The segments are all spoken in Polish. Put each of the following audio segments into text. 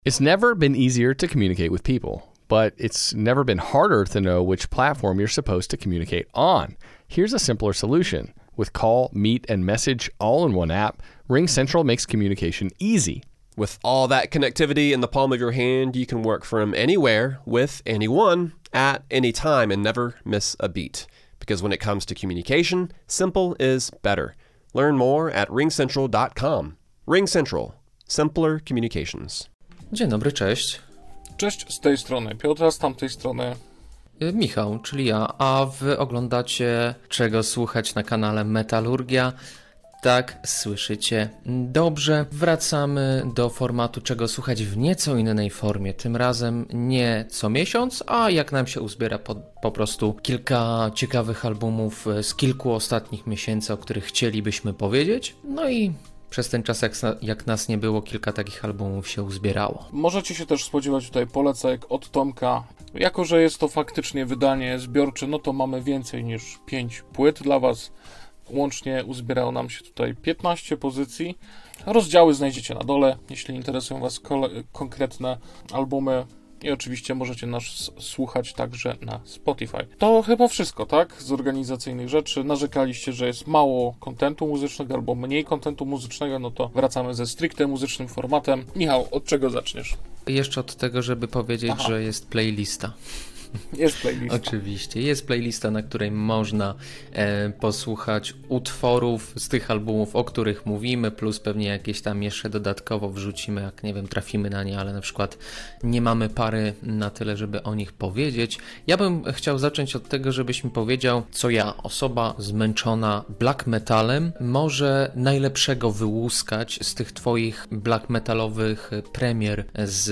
It's never been easier to communicate with people, but it's never been harder to know which platform you're supposed to communicate on. Here's a simpler solution. With call, meet, and message all in one app, RingCentral makes communication easy. With all that connectivity in the palm of your hand, you can work from anywhere with anyone at any time and never miss a beat. Because when it comes to communication, simple is better. Learn more at ringcentral.com. RingCentral. Simpler communications. Dzień dobry, cześć. Cześć, z tej strony Piotra, z tamtej strony Michał, czyli ja, a wy oglądacie Czego Słuchać na kanale Metalurgia. Tak, słyszycie dobrze. Wracamy do formatu Czego Słuchać w nieco innej formie. Tym razem nie co miesiąc, a jak nam się uzbiera po prostu kilka ciekawych albumów z kilku ostatnich miesięcy, o których chcielibyśmy powiedzieć. No i przez ten czas, jak nas nie było, kilka takich albumów się uzbierało. Możecie się też spodziewać tutaj polecajek od Tomka. Jako że jest to faktycznie wydanie zbiorcze, no to mamy więcej niż 5 płyt dla Was. Łącznie uzbierało nam się tutaj 15 pozycji. Rozdziały znajdziecie na dole, jeśli interesują Was konkretne albumy. I oczywiście możecie nas słuchać także na Spotify. To chyba wszystko, tak? Z organizacyjnych rzeczy. Narzekaliście, że jest mało kontentu muzycznego albo mniej kontentu muzycznego, no to wracamy ze stricte muzycznym formatem. Michał, od czego zaczniesz? Jeszcze od tego, żeby powiedzieć, że jest playlista. Jest playlista. Oczywiście. Jest playlista, na której można posłuchać utworów z tych albumów, o których mówimy, plus pewnie jakieś tam jeszcze dodatkowo wrzucimy, jak nie wiem, trafimy na nie, ale na przykład nie mamy pary na tyle, żeby o nich powiedzieć. Ja bym chciał zacząć od tego, żebyś mi powiedział, co ja, osoba zmęczona black metalem, może najlepszego wyłuskać z tych twoich black metalowych premier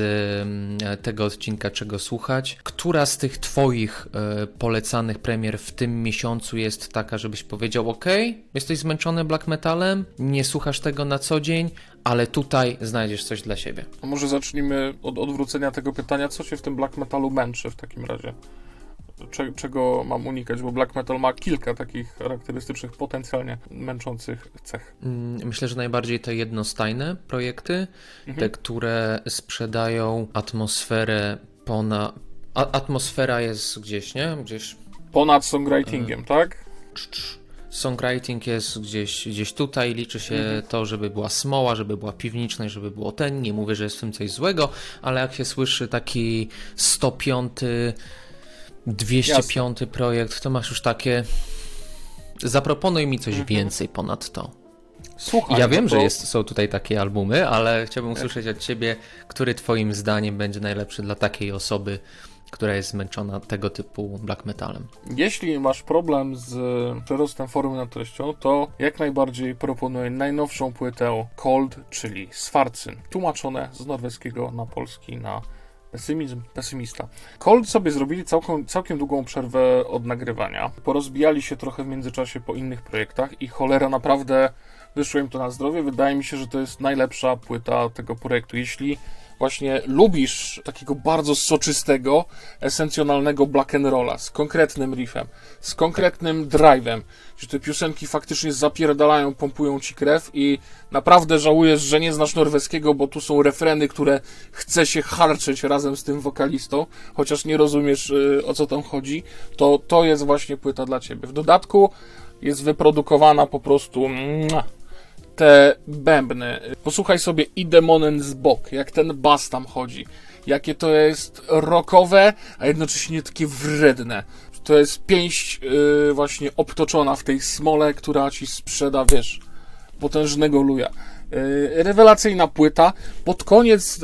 z tego odcinka Czego Słuchać. Która z tych twoich polecanych premier w tym miesiącu jest taka, żebyś powiedział: ok, jesteś zmęczony black metalem, nie słuchasz tego na co dzień, ale tutaj znajdziesz coś dla siebie. A może zacznijmy od odwrócenia tego pytania, co się w tym black metalu męczy w takim razie? Czego mam unikać, bo black metal ma kilka takich charakterystycznych, potencjalnie męczących cech. Myślę, że najbardziej te jednostajne projekty, te, które sprzedają atmosferę atmosfera jest gdzieś, nie? Gdzieś ponad songwritingiem, tak? Songwriting jest gdzieś tutaj, liczy się to, żeby była smoła, żeby była piwniczna i żeby było ten. Nie mówię, że jest w tym coś złego, ale jak się słyszy taki 105, 205 projekt, to masz już takie: zaproponuj mi coś więcej ponad to. Słuchaj, ja wiem, że są tutaj takie albumy, ale chciałbym usłyszeć od ciebie, który twoim zdaniem będzie najlepszy dla takiej osoby, która jest zmęczona tego typu black metalem. Jeśli masz problem z przerostem formy nad treścią, to jak najbardziej proponuję najnowszą płytę Cold, czyli Svartsyn, tłumaczone z norweskiego na polski na pesymizm, pesymista. Cold sobie zrobili całkiem długą przerwę od nagrywania. Porozbijali się trochę w międzyczasie po innych projektach i cholera, naprawdę wyszło im to na zdrowie. Wydaje mi się, że to jest najlepsza płyta tego projektu. Jeśli właśnie lubisz takiego bardzo soczystego, esencjonalnego black and rolla z konkretnym riffem, z konkretnym drive'em, że te piosenki faktycznie zapierdalają, pompują ci krew i naprawdę żałujesz, że nie znasz norweskiego, bo tu są refreny, które chce się harczeć razem z tym wokalistą, chociaż nie rozumiesz, o co tam chodzi, to jest właśnie płyta dla ciebie. W dodatku jest wyprodukowana po prostu te bębny. Posłuchaj sobie i Demonen z bok, jak ten bas tam chodzi. Jakie to jest rockowe, a jednocześnie takie wredne. To jest pięść właśnie obtoczona w tej smole, która ci sprzeda, wiesz, potężnego luja. Rewelacyjna płyta. Pod koniec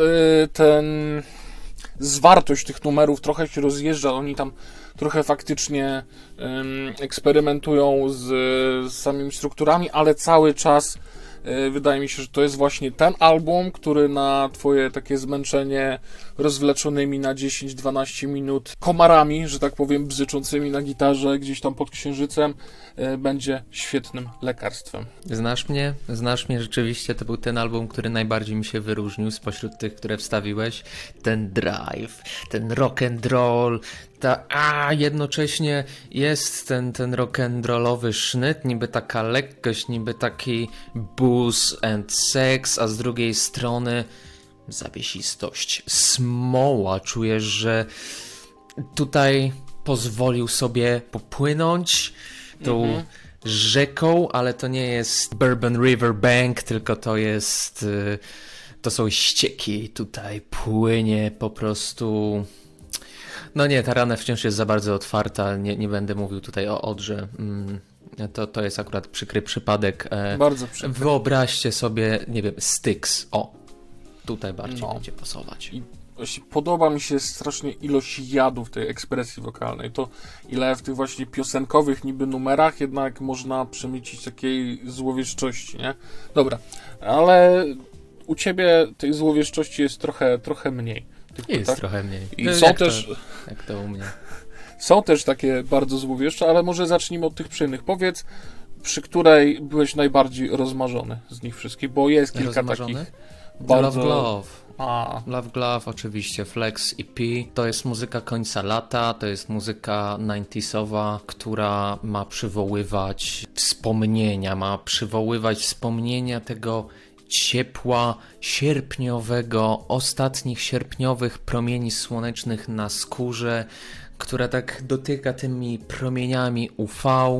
zwartość tych numerów trochę się rozjeżdża. Oni tam trochę faktycznie eksperymentują z samymi strukturami, ale cały czas wydaje mi się, że to jest właśnie ten album, który na twoje takie zmęczenie rozwleczonymi na 10-12 minut komarami, że tak powiem, bzyczącymi na gitarze gdzieś tam pod księżycem, będzie świetnym lekarstwem. Znasz mnie rzeczywiście, to był ten album, który najbardziej mi się wyróżnił spośród tych, które wstawiłeś. Ten drive, ten rock and roll, jednocześnie jest ten rock'n'rollowy sznyt, niby taka lekkość, niby taki booze and sex, a z drugiej strony zawiesistość, smoła. Czujesz, że tutaj pozwolił sobie popłynąć tą rzeką, ale to nie jest Bourbon River Bank, tylko to są ścieki. Tutaj płynie po prostu... No nie, ta rana wciąż jest za bardzo otwarta. Nie będę mówił tutaj o Odrze. To jest akurat przykry przypadek. Bardzo przykry. Wyobraźcie sobie, nie wiem, Styx. O, tutaj bardziej będzie pasować. I właśnie podoba mi się strasznie ilość jadu w tej ekspresji wokalnej. To ile w tych właśnie piosenkowych niby numerach jednak można przemycić takiej złowieszczości, nie? Dobra, ale u ciebie tej złowieszczości jest trochę mniej. Jest trochę mniej. I są też... Jak to u mnie. Są też takie bardzo złowieszcze, ale może zacznijmy od tych przyjemnych. Powiedz, przy której byłeś najbardziej rozmarzony z nich wszystkich, bo jest kilka takich bardzo... Love Glove. Love Glove, oczywiście, Flex EP. To jest muzyka końca lata, to jest muzyka 90sowa, która ma przywoływać wspomnienia tego ciepła sierpniowego, ostatnich sierpniowych promieni słonecznych na skórze, która tak dotyka tymi promieniami UV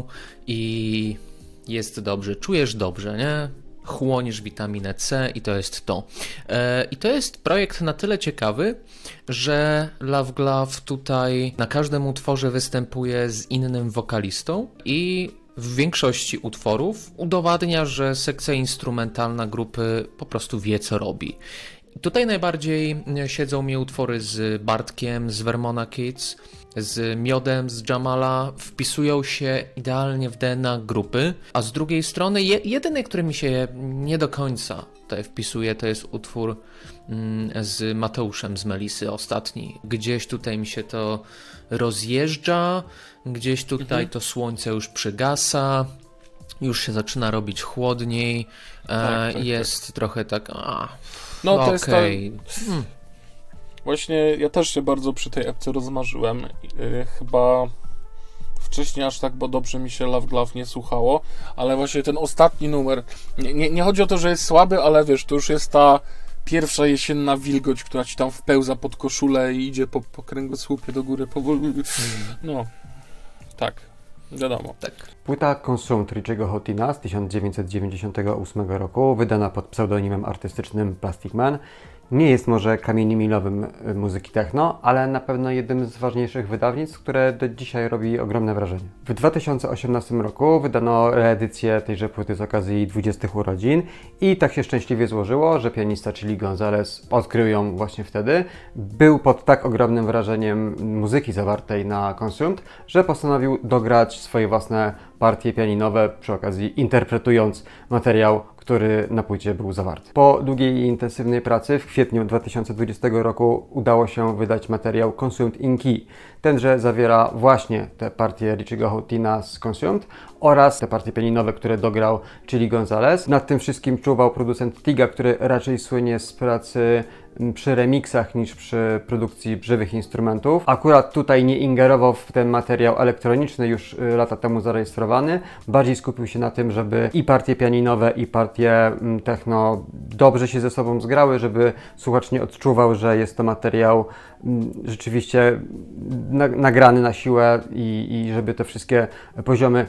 i jest dobrze, czujesz dobrze, nie? Chłonisz witaminę C i to jest to. I to jest projekt na tyle ciekawy, że Love Glove tutaj na każdym utworze występuje z innym wokalistą i w większości utworów udowadnia, że sekcja instrumentalna grupy po prostu wie, co robi. I tutaj najbardziej siedzą mi utwory z Bartkiem, z Vermona Kids, z Miodem, z Jamala. Wpisują się idealnie w DNA grupy, a z drugiej strony jedyny, który mi się nie do końca tutaj wpisuje, to jest utwór z Mateuszem z Melisy, ostatni. Gdzieś tutaj mi się to rozjeżdża, gdzieś tutaj to słońce już przygasa, już się zaczyna robić chłodniej, jest trochę tak... No to jest Właśnie ja też się bardzo przy tej epce rozmarzyłem. Chyba wcześniej aż tak, bo dobrze mi się Love Glove nie słuchało, ale właśnie ten ostatni numer, nie chodzi o to, że jest słaby, ale wiesz, to już jest ta pierwsza jesienna wilgoć, która ci tam wpełza pod koszulę i idzie po kręgosłupie do góry powoli. No, tak, wiadomo. Tak. Płyta Consumed Richiego Houghtina z 1998 roku, wydana pod pseudonimem artystycznym Plastic Man, nie jest może kamieniem milowym muzyki techno, ale na pewno jednym z ważniejszych wydawnictw, które do dzisiaj robi ogromne wrażenie. W 2018 roku wydano reedycję tejże płyty z okazji 20 urodzin i tak się szczęśliwie złożyło, że pianista Chili Gonzalez odkrył ją właśnie wtedy. Był pod tak ogromnym wrażeniem muzyki zawartej na Consumed, że postanowił dograć swoje własne partie pianinowe, przy okazji interpretując materiał, który na płycie był zawarty. Po długiej i intensywnej pracy w kwietniu 2020 roku udało się wydać materiał Consumed in Key. Tenże zawiera właśnie te partie Richiego Houghtina z Consumed oraz te partie pianinowe, które dograł Chili Gonzalez. Nad tym wszystkim czuwał producent Tiga, który raczej słynie z pracy przy remixach niż przy produkcji żywych instrumentów. Akurat tutaj nie ingerował w ten materiał elektroniczny, już lata temu zarejestrowany. Bardziej skupił się na tym, żeby i partie pianinowe, i partie techno dobrze się ze sobą zgrały, żeby słuchacz nie odczuwał, że jest to materiał rzeczywiście nagrany na siłę i żeby te wszystkie poziomy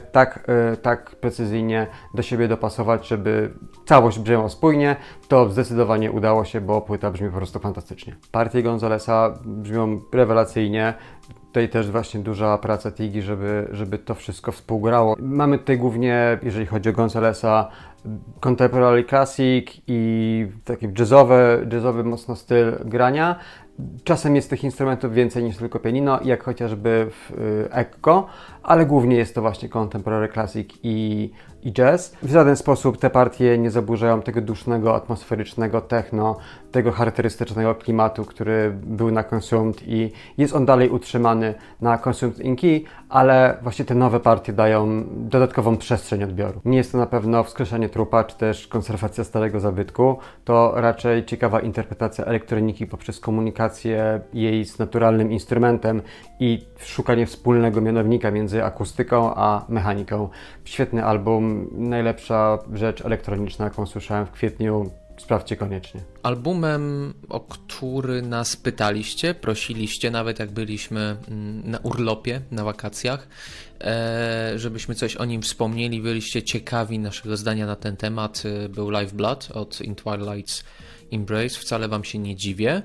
tak precyzyjnie do siebie dopasować, żeby całość brzmiała spójnie. To zdecydowanie udało się, bo płyta brzmi po prostu fantastycznie. Partie Gonzalesa brzmią rewelacyjnie. Tutaj też właśnie duża praca Tigi, żeby to wszystko współgrało. Mamy tutaj głównie, jeżeli chodzi o Gonzalesa, contemporary classic i taki jazzowy mocno styl grania. Czasem jest tych instrumentów więcej niż tylko pianino, jak chociażby w Ekko, ale głównie jest to właśnie contemporary classic i jazz. W żaden sposób te partie nie zaburzają tego dusznego, atmosferycznego techno, tego charakterystycznego klimatu, który był na Consumed i jest on dalej utrzymany na Consumed in Key, ale właśnie te nowe partie dają dodatkową przestrzeń odbioru. Nie jest to na pewno wskrzeszenie trupa, czy też konserwacja starego zabytku, to raczej ciekawa interpretacja elektroniki poprzez komunikację jej z naturalnym instrumentem i szukanie wspólnego mianownika między akustyką a mechaniką. Świetny album, najlepsza rzecz elektroniczna, jaką słyszałem w kwietniu sprawdźcie koniecznie. Albumem, o który nas pytaliście, prosiliście, nawet jak byliśmy na urlopie, na wakacjach, żebyśmy coś o nim wspomnieli, byliście ciekawi naszego zdania na ten temat, był Live Blood od In Twilight's Embrace. Wcale wam się nie dziwię.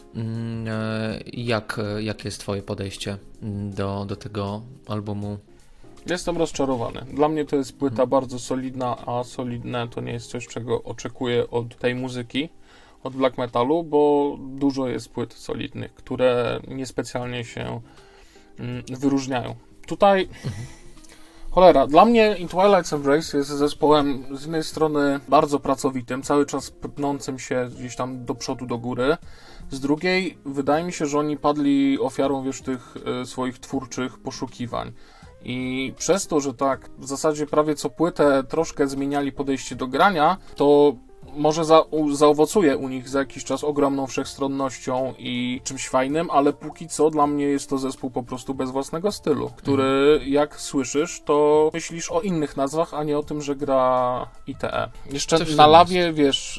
Jakie jest twoje podejście do tego albumu? Jestem rozczarowany. Dla mnie to jest płyta bardzo solidna, a solidne to nie jest coś, czego oczekuję od tej muzyki, od black metalu, bo dużo jest płyt solidnych, które niespecjalnie się wyróżniają. Tutaj cholera, dla mnie In Twilight's Embrace jest zespołem z jednej strony bardzo pracowitym, cały czas pnącym się gdzieś tam do przodu, do góry. Z drugiej wydaje mi się, że oni padli ofiarą, tych swoich twórczych poszukiwań. I przez to, że tak w zasadzie prawie co płytę troszkę zmieniali podejście do grania, to może zaowocuje u nich za jakiś czas ogromną wszechstronnością i czymś fajnym, ale póki co dla mnie jest to zespół po prostu bez własnego stylu, który jak słyszysz, to myślisz o innych nazwach, a nie o tym, że gra ITE. Jeszcze coś na Lawie,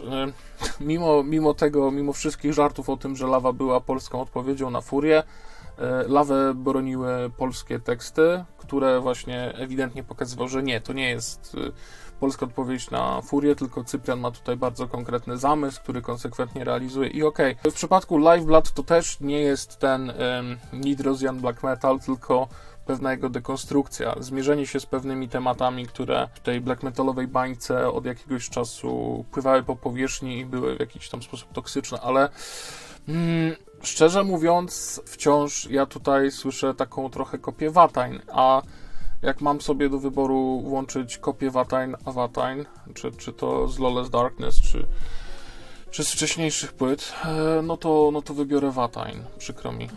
mimo wszystkich żartów o tym, że Lawa była polską odpowiedzią na Furię, Lawę broniły polskie teksty, które właśnie ewidentnie pokazywały, że nie, to nie jest polska odpowiedź na Furię, tylko Cyprian ma tutaj bardzo konkretny zamysł, który konsekwentnie realizuje i okej. W przypadku Live Blood to też nie jest ten Nidrosian black metal, tylko pewna jego dekonstrukcja, zmierzenie się z pewnymi tematami, które w tej black metalowej bańce od jakiegoś czasu pływały po powierzchni i były w jakiś tam sposób toksyczne, ale szczerze mówiąc, wciąż ja tutaj słyszę taką trochę kopię Watain, a jak mam sobie do wyboru włączyć kopię Watain, a Watain, czy to z Lawless Darkness, czy z wcześniejszych płyt, no to wybiorę Watain, przykro mi.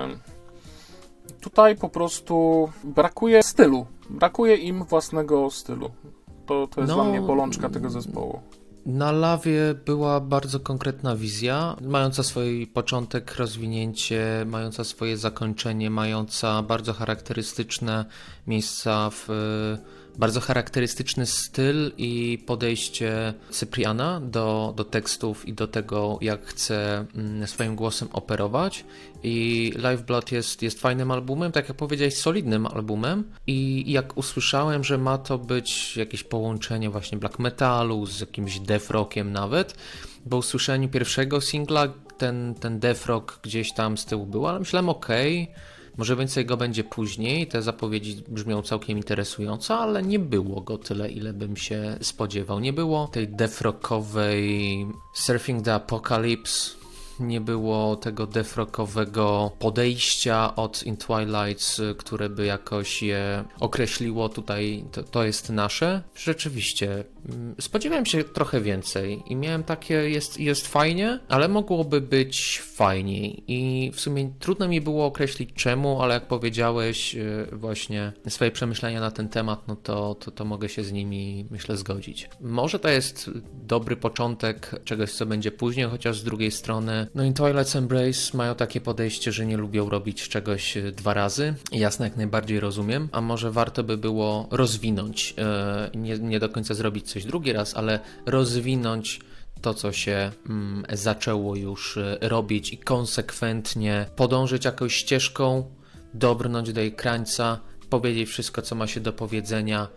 Tutaj po prostu brakuje stylu, brakuje im własnego stylu. To jest dla mnie bolączka tego zespołu. Na Lawie była bardzo konkretna wizja, mająca swój początek, rozwinięcie, mająca swoje zakończenie, mająca bardzo charakterystyczne miejsca, bardzo charakterystyczny styl i podejście Cypriana do tekstów i do tego, jak chce swoim głosem operować. I Live Blood jest fajnym albumem, tak jak powiedziałeś, solidnym albumem. I jak usłyszałem, że ma to być jakieś połączenie właśnie black metalu z jakimś death rockiem nawet, bo usłyszeniu pierwszego singla ten death rock gdzieś tam z tyłu był, ale myślałem może więcej go będzie później, te zapowiedzi brzmią całkiem interesująco, ale nie było go tyle, ile bym się spodziewał. Nie było tej death rockowej Surfing the Apocalypse, nie było tego death rockowego podejścia od In Twilights, które by jakoś je określiło tutaj, to jest nasze. Rzeczywiście, spodziewałem się trochę więcej i miałem takie, jest fajnie, ale mogłoby być fajniej i w sumie trudno mi było określić czemu, ale jak powiedziałeś właśnie swoje przemyślenia na ten temat, no to mogę się z nimi, myślę, zgodzić. Może to jest dobry początek czegoś, co będzie później, chociaż z drugiej strony no In Twilight's Embrace mają takie podejście, że nie lubią robić czegoś dwa razy. Jasne, jak najbardziej rozumiem, a może warto by było rozwinąć, nie do końca zrobić coś drugi raz, ale rozwinąć to, co się zaczęło już robić i konsekwentnie podążyć jakąś ścieżką, dobrnąć do jej krańca, powiedzieć wszystko, co ma się do powiedzenia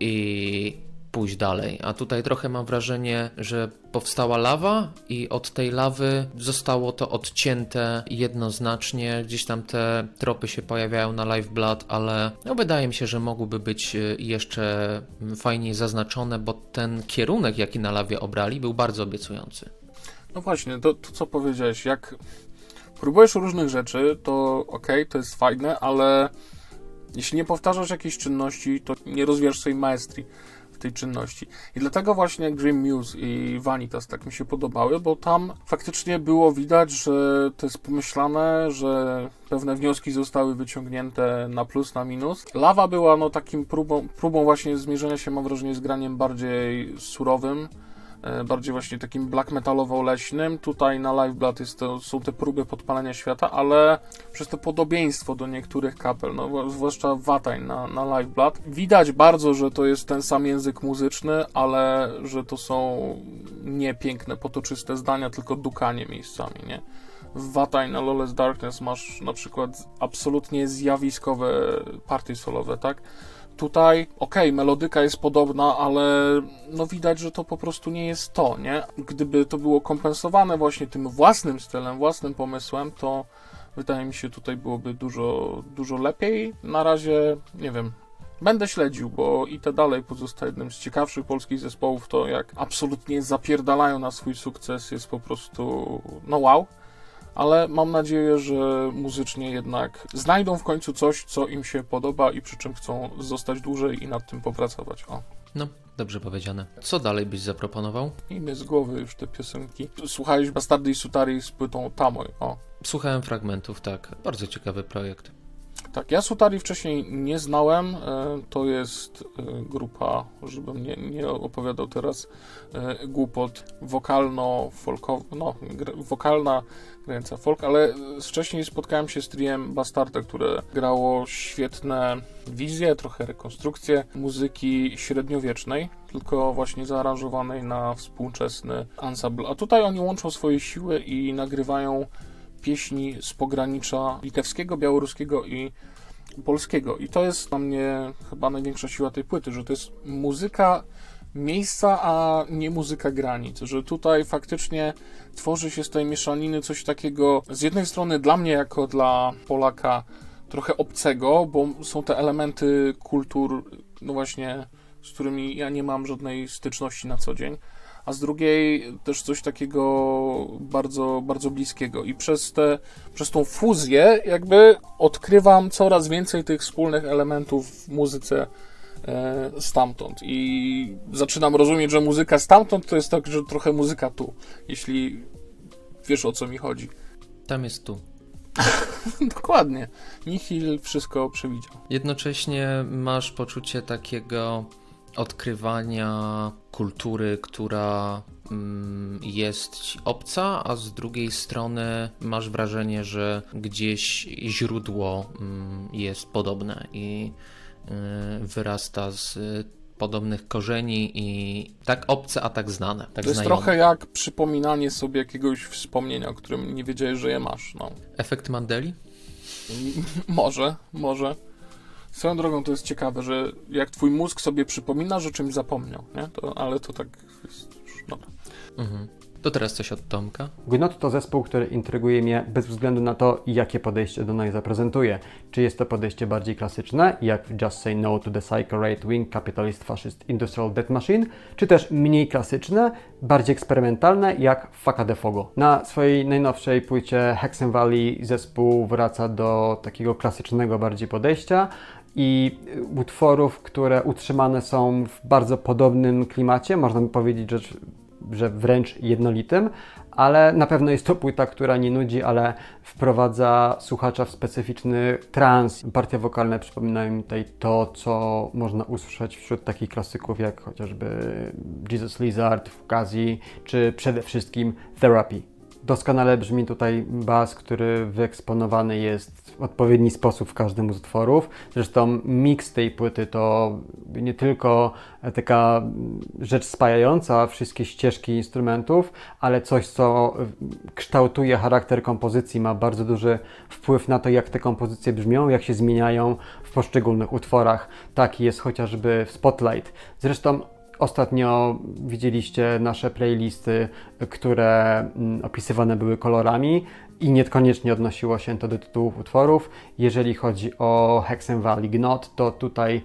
i pójść dalej. A tutaj trochę mam wrażenie, że powstała lawa i od tej lawy zostało to odcięte jednoznacznie. Gdzieś tam te tropy się pojawiają na Live Blood, ale wydaje mi się, że mogłyby być jeszcze fajniej zaznaczone, bo ten kierunek, jaki na lawie obrali, był bardzo obiecujący. No właśnie, to co powiedziałeś, jak próbujesz różnych rzeczy, to okej, to jest fajne, ale jeśli nie powtarzasz jakiejś czynności, to nie rozwijasz swojej maestrii tej czynności. I dlatego właśnie Grim Muse i Vanitas tak mi się podobały, bo tam faktycznie było widać, że to jest pomyślane, że pewne wnioski zostały wyciągnięte na plus, na minus. Lawa była takim próbą właśnie zmierzenia się, mam wrażenie, z graniem bardziej surowym, bardziej właśnie takim black metalowo-leśnym. Tutaj na Live Blood są te próby podpalenia świata, ale przez to podobieństwo do niektórych kapel, no zwłaszcza Watain na Live Blood, widać bardzo, że to jest ten sam język muzyczny, ale że to są nie piękne, potoczyste zdania, tylko dukanie miejscami, nie? W Watain na Lawless Darkness masz na przykład absolutnie zjawiskowe partie solowe, tak? Tutaj, melodyka jest podobna, ale no widać, że to po prostu nie jest to, nie? Gdyby to było kompensowane właśnie tym własnym stylem, własnym pomysłem, to wydaje mi się, tutaj byłoby dużo lepiej. Na razie, nie wiem, będę śledził, bo i te dalej pozostaje jednym z ciekawszych polskich zespołów. To jak absolutnie zapierdalają na swój sukces jest po prostu, no wow. Ale mam nadzieję, że muzycznie jednak znajdą w końcu coś, co im się podoba i przy czym chcą zostać dłużej i nad tym popracować. O. No, dobrze powiedziane. Co dalej byś zaproponował? I mnie z głowy już te piosenki. Słuchałeś Bastardy i Sutari z płytą Tamoj, o. Słuchałem fragmentów, tak. Bardzo ciekawy projekt. Tak, ja Sutari wcześniej nie znałem, to jest grupa, żebym nie opowiadał teraz głupot, wokalno-folkowa, no, wokalna, grająca folk, ale wcześniej spotkałem się z triem Bastarda, które grało świetne wizje, trochę rekonstrukcje muzyki średniowiecznej, tylko właśnie zaaranżowanej na współczesny ensemble. A tutaj oni łączą swoje siły i nagrywają pieśni z pogranicza litewskiego, białoruskiego i polskiego. I to jest dla mnie chyba największa siła tej płyty, że to jest muzyka miejsca, a nie muzyka granic. Że tutaj faktycznie tworzy się z tej mieszaniny coś takiego, z jednej strony dla mnie jako dla Polaka trochę obcego, bo są te elementy kultur, no właśnie, z którymi ja nie mam żadnej styczności na co dzień, a z drugiej też coś takiego bardzo, bardzo bliskiego. I przez tą fuzję jakby odkrywam coraz więcej tych wspólnych elementów w muzyce stamtąd. I zaczynam rozumieć, że muzyka stamtąd to jest tak, że trochę muzyka tu, jeśli wiesz, o co mi chodzi. Tam jest tu. Dokładnie. Nihil wszystko przewidział. Jednocześnie masz poczucie takiego odkrywania kultury, która jest ci obca, a z drugiej strony masz wrażenie, że gdzieś źródło jest podobne i wyrasta z podobnych korzeni i tak obce, a tak znane. Tak to jest znajome. Trochę jak przypominanie sobie jakiegoś wspomnienia, o którym nie wiedziałeś, że je masz. No. Efekt Mandeli? Może. Swoją drogą to jest ciekawe, że jak twój mózg sobie przypomina, że czymś zapomniał, nie? Ale to tak jest już dobra. Mhm. To teraz coś od Tomka. Gnot to zespół, który intryguje mnie bez względu na to, jakie podejście do nas zaprezentuje. Czy jest to podejście bardziej klasyczne, jak w Just Say No to the Psycho Right Wing Capitalist Fascist Industrial Death Machine, czy też mniej klasyczne, bardziej eksperymentalne, jak Fucka de Fogo. Na swojej najnowszej płycie Hexen Valley zespół wraca do takiego klasycznego bardziej podejścia i utworów, które utrzymane są w bardzo podobnym klimacie, można by powiedzieć, że wręcz jednolitym, ale na pewno jest to płyta, która nie nudzi, ale wprowadza słuchacza w specyficzny trans. Partie wokalne przypominają mi tutaj to, co można usłyszeć wśród takich klasyków jak chociażby Jesus Lizard, Fugazi, czy przede wszystkim Therapy. Doskonale brzmi tutaj bas, który wyeksponowany jest w odpowiedni sposób w każdym z utworów. Zresztą miks tej płyty to nie tylko taka rzecz spajająca wszystkie ścieżki instrumentów, ale coś, co kształtuje charakter kompozycji, ma bardzo duży wpływ na to, jak te kompozycje brzmią, jak się zmieniają w poszczególnych utworach. Taki jest chociażby w Spotlight. Zresztą ostatnio widzieliście nasze playlisty, które opisywane były kolorami i niekoniecznie odnosiło się to do tytułów utworów. Jeżeli chodzi o Hexen Valley Gnot, to tutaj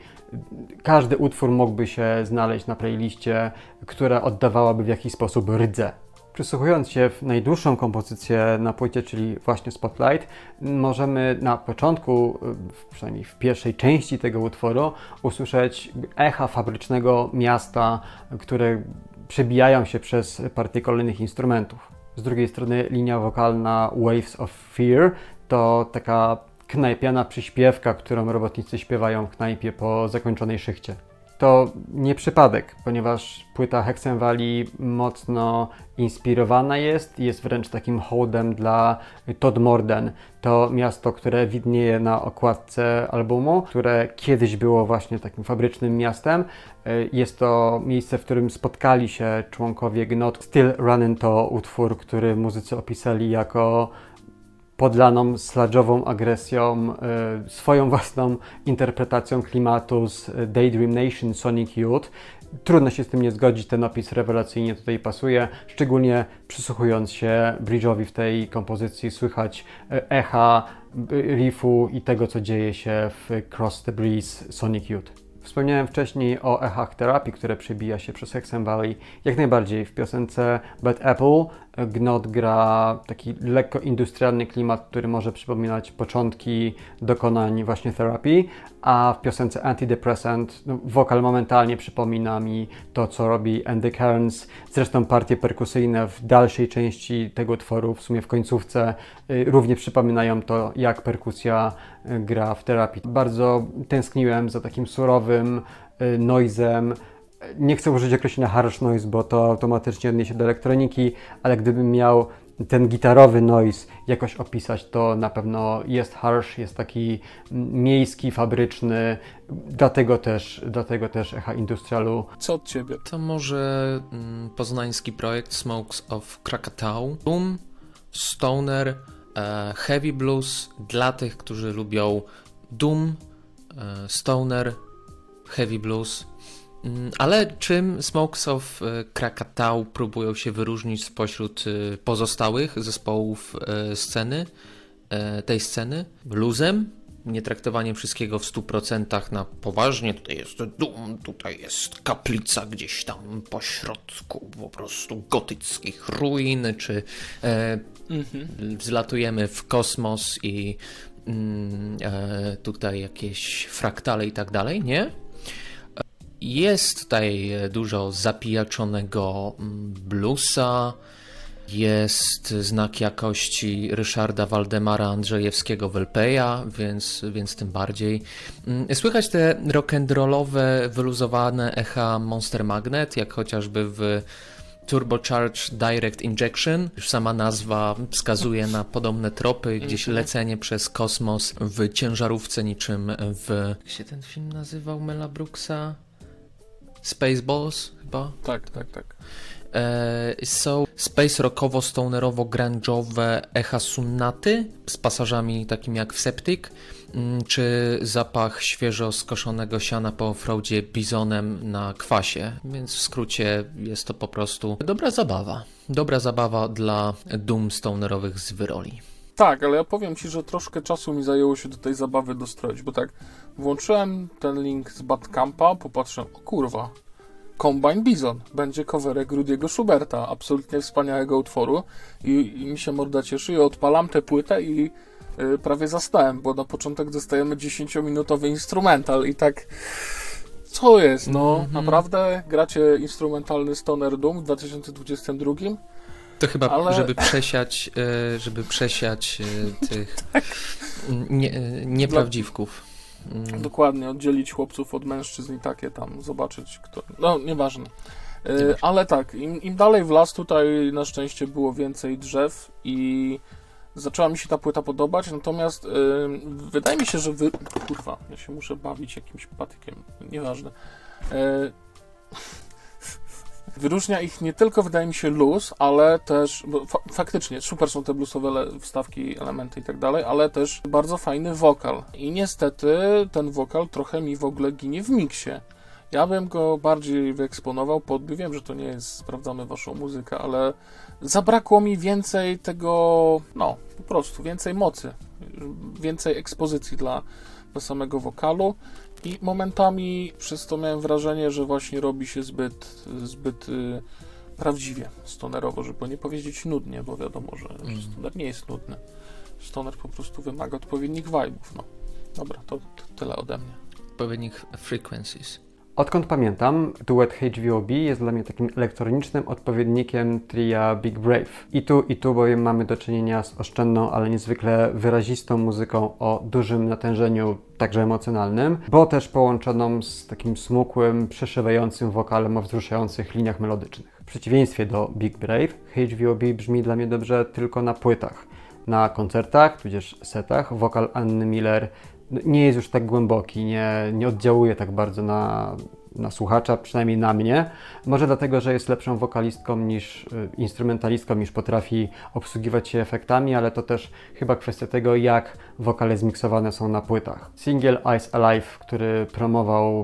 każdy utwór mógłby się znaleźć na playliście, która oddawałaby w jakiś sposób rdzę. Przysłuchując się w najdłuższą kompozycję na płycie, czyli właśnie Spotlight, możemy na początku, przynajmniej w pierwszej części tego utworu, usłyszeć echa fabrycznego miasta, które przebijają się przez partie kolejnych instrumentów. Z drugiej strony linia wokalna Waves of Fear to taka knajpiana przyśpiewka, którą robotnicy śpiewają w knajpie po zakończonej szychcie. to nie przypadek, ponieważ płyta Hexen Valley mocno inspirowana jest wręcz takim hołdem dla Todmorden. To miasto, które widnieje na okładce albumu, które kiedyś było właśnie takim fabrycznym miastem. Jest to miejsce, w którym spotkali się członkowie Gnot. Still Runnin' to utwór, który muzycy opisali jako podlaną sludge'ową agresją, swoją własną interpretacją klimatu z Daydream Nation Sonic Youth. Trudno się z tym nie zgodzić, ten opis rewelacyjnie tutaj pasuje, szczególnie przysłuchując się bridge'owi w tej kompozycji, słychać echa, riffu i tego, co dzieje się w Cross the Breeze Sonic Youth. Wspomniałem wcześniej o echach terapii, które przebija się przez Hexen Valley. Jak najbardziej w piosence Bad Apple Gnot gra taki lekko industrialny klimat, który może przypominać początki dokonań właśnie terapii, a w piosence Antidepressant wokal momentalnie przypomina mi to, co robi Andy Cairns. Zresztą partie perkusyjne w dalszej części tego utworu, w sumie w końcówce, również przypominają to, jak perkusja gra w terapii. Bardzo tęskniłem za takim surowym noizem. Nie chcę użyć określenia harsh noise, bo to automatycznie odniesie do elektroniki, ale gdybym miał ten gitarowy noise jakoś opisać, to na pewno jest harsh, jest taki miejski, fabryczny, dlatego też echa industrialu. Co od ciebie? To może poznański projekt Smokes of Krakatau. Doom, stoner, heavy blues dla tych, którzy lubią doom, stoner, heavy blues. Ale czym Smokes of Krakatau próbują się wyróżnić spośród pozostałych zespołów tej sceny? Bluesem, nie traktowanie wszystkiego w 100% na poważnie. Tutaj jest dum, tutaj jest kaplica gdzieś tam po środku po prostu gotyckich ruin, czy wzlatujemy w kosmos i tutaj jakieś fraktale i tak dalej, nie? Jest tutaj dużo zapijaczonego bluesa, jest znak jakości Ryszarda Waldemara Andrzejewskiego w LP'a, więc tym bardziej. Słychać te rock'n'rollowe, wyluzowane echa Monster Magnet, jak chociażby w Turbocharged Direct Injection. Już sama nazwa wskazuje na podobne tropy, gdzieś lecenie przez kosmos w ciężarówce niczym w... Jak się ten film nazywał Mela Brooksa? Spaceballs chyba? Tak. Są space rockowo, stonerowo, grunge'owe echa Sunnaty z pasażami takimi jak w Septic, czy zapach świeżo skoszonego siana po offroadzie bizonem na kwasie, więc w skrócie jest to po prostu dobra zabawa dla doom stonerowych z wyroli. Tak, ale ja powiem Ci, że troszkę czasu mi zajęło się do tej zabawy dostroić, bo tak, włączyłem ten link z Bandcampa, popatrzyłem, o kurwa, Combine Bison, będzie coverek Rudy'ego Schuberta, absolutnie wspaniałego utworu i mi się morda cieszy i odpalam tę płytę i prawie zastałem, bo na początek dostajemy 10-minutowy instrumental i tak, co jest, no, naprawdę gracie instrumentalny Stoner Doom w 2022? To chyba, żeby przesiać tych nieprawdziwków. Dokładnie, oddzielić chłopców od mężczyzn i takie tam, zobaczyć kto... No, nieważne. Ale tak, im dalej w las, tutaj na szczęście było więcej drzew i zaczęła mi się ta płyta podobać, natomiast wydaje mi się, że Kurwa, ja się muszę bawić jakimś patykiem, nieważne. Wyróżnia ich nie tylko, wydaje mi się, luz, ale też, bo faktycznie super są te bluesowe wstawki, elementy i tak dalej, ale też bardzo fajny wokal. I niestety ten wokal trochę mi w ogóle ginie w miksie. Ja bym go bardziej wyeksponował, podbił. Wiem, że to nie jest, sprawdzamy waszą muzykę, ale zabrakło mi więcej tego, no, po prostu więcej mocy, więcej ekspozycji dla samego wokalu. I momentami przez to miałem wrażenie, że właśnie robi się zbyt prawdziwie stonerowo, żeby nie powiedzieć nudnie, bo wiadomo, że stoner nie jest nudny. Stoner po prostu wymaga odpowiednich vibe'ów. No. Dobra, to tyle ode mnie. Odpowiednich frequencies. Odkąd pamiętam, duet HVOB jest dla mnie takim elektronicznym odpowiednikiem tria Big Brave. I tu bowiem mamy do czynienia z oszczędną, ale niezwykle wyrazistą muzyką o dużym natężeniu, także emocjonalnym, bo też połączoną z takim smukłym, przeszywającym wokalem o wzruszających liniach melodycznych. W przeciwieństwie do Big Brave, HVOB brzmi dla mnie dobrze tylko na płytach. Na koncertach, tudzież setach, wokal Anny Miller nie jest już tak głęboki, nie oddziałuje tak bardzo na słuchacza, przynajmniej na mnie. Może dlatego, że jest lepszą wokalistką niż instrumentalistką, niż potrafi obsługiwać się efektami, ale to też chyba kwestia tego, jak wokale zmiksowane są na płytach. Single Eyes Alive, który promował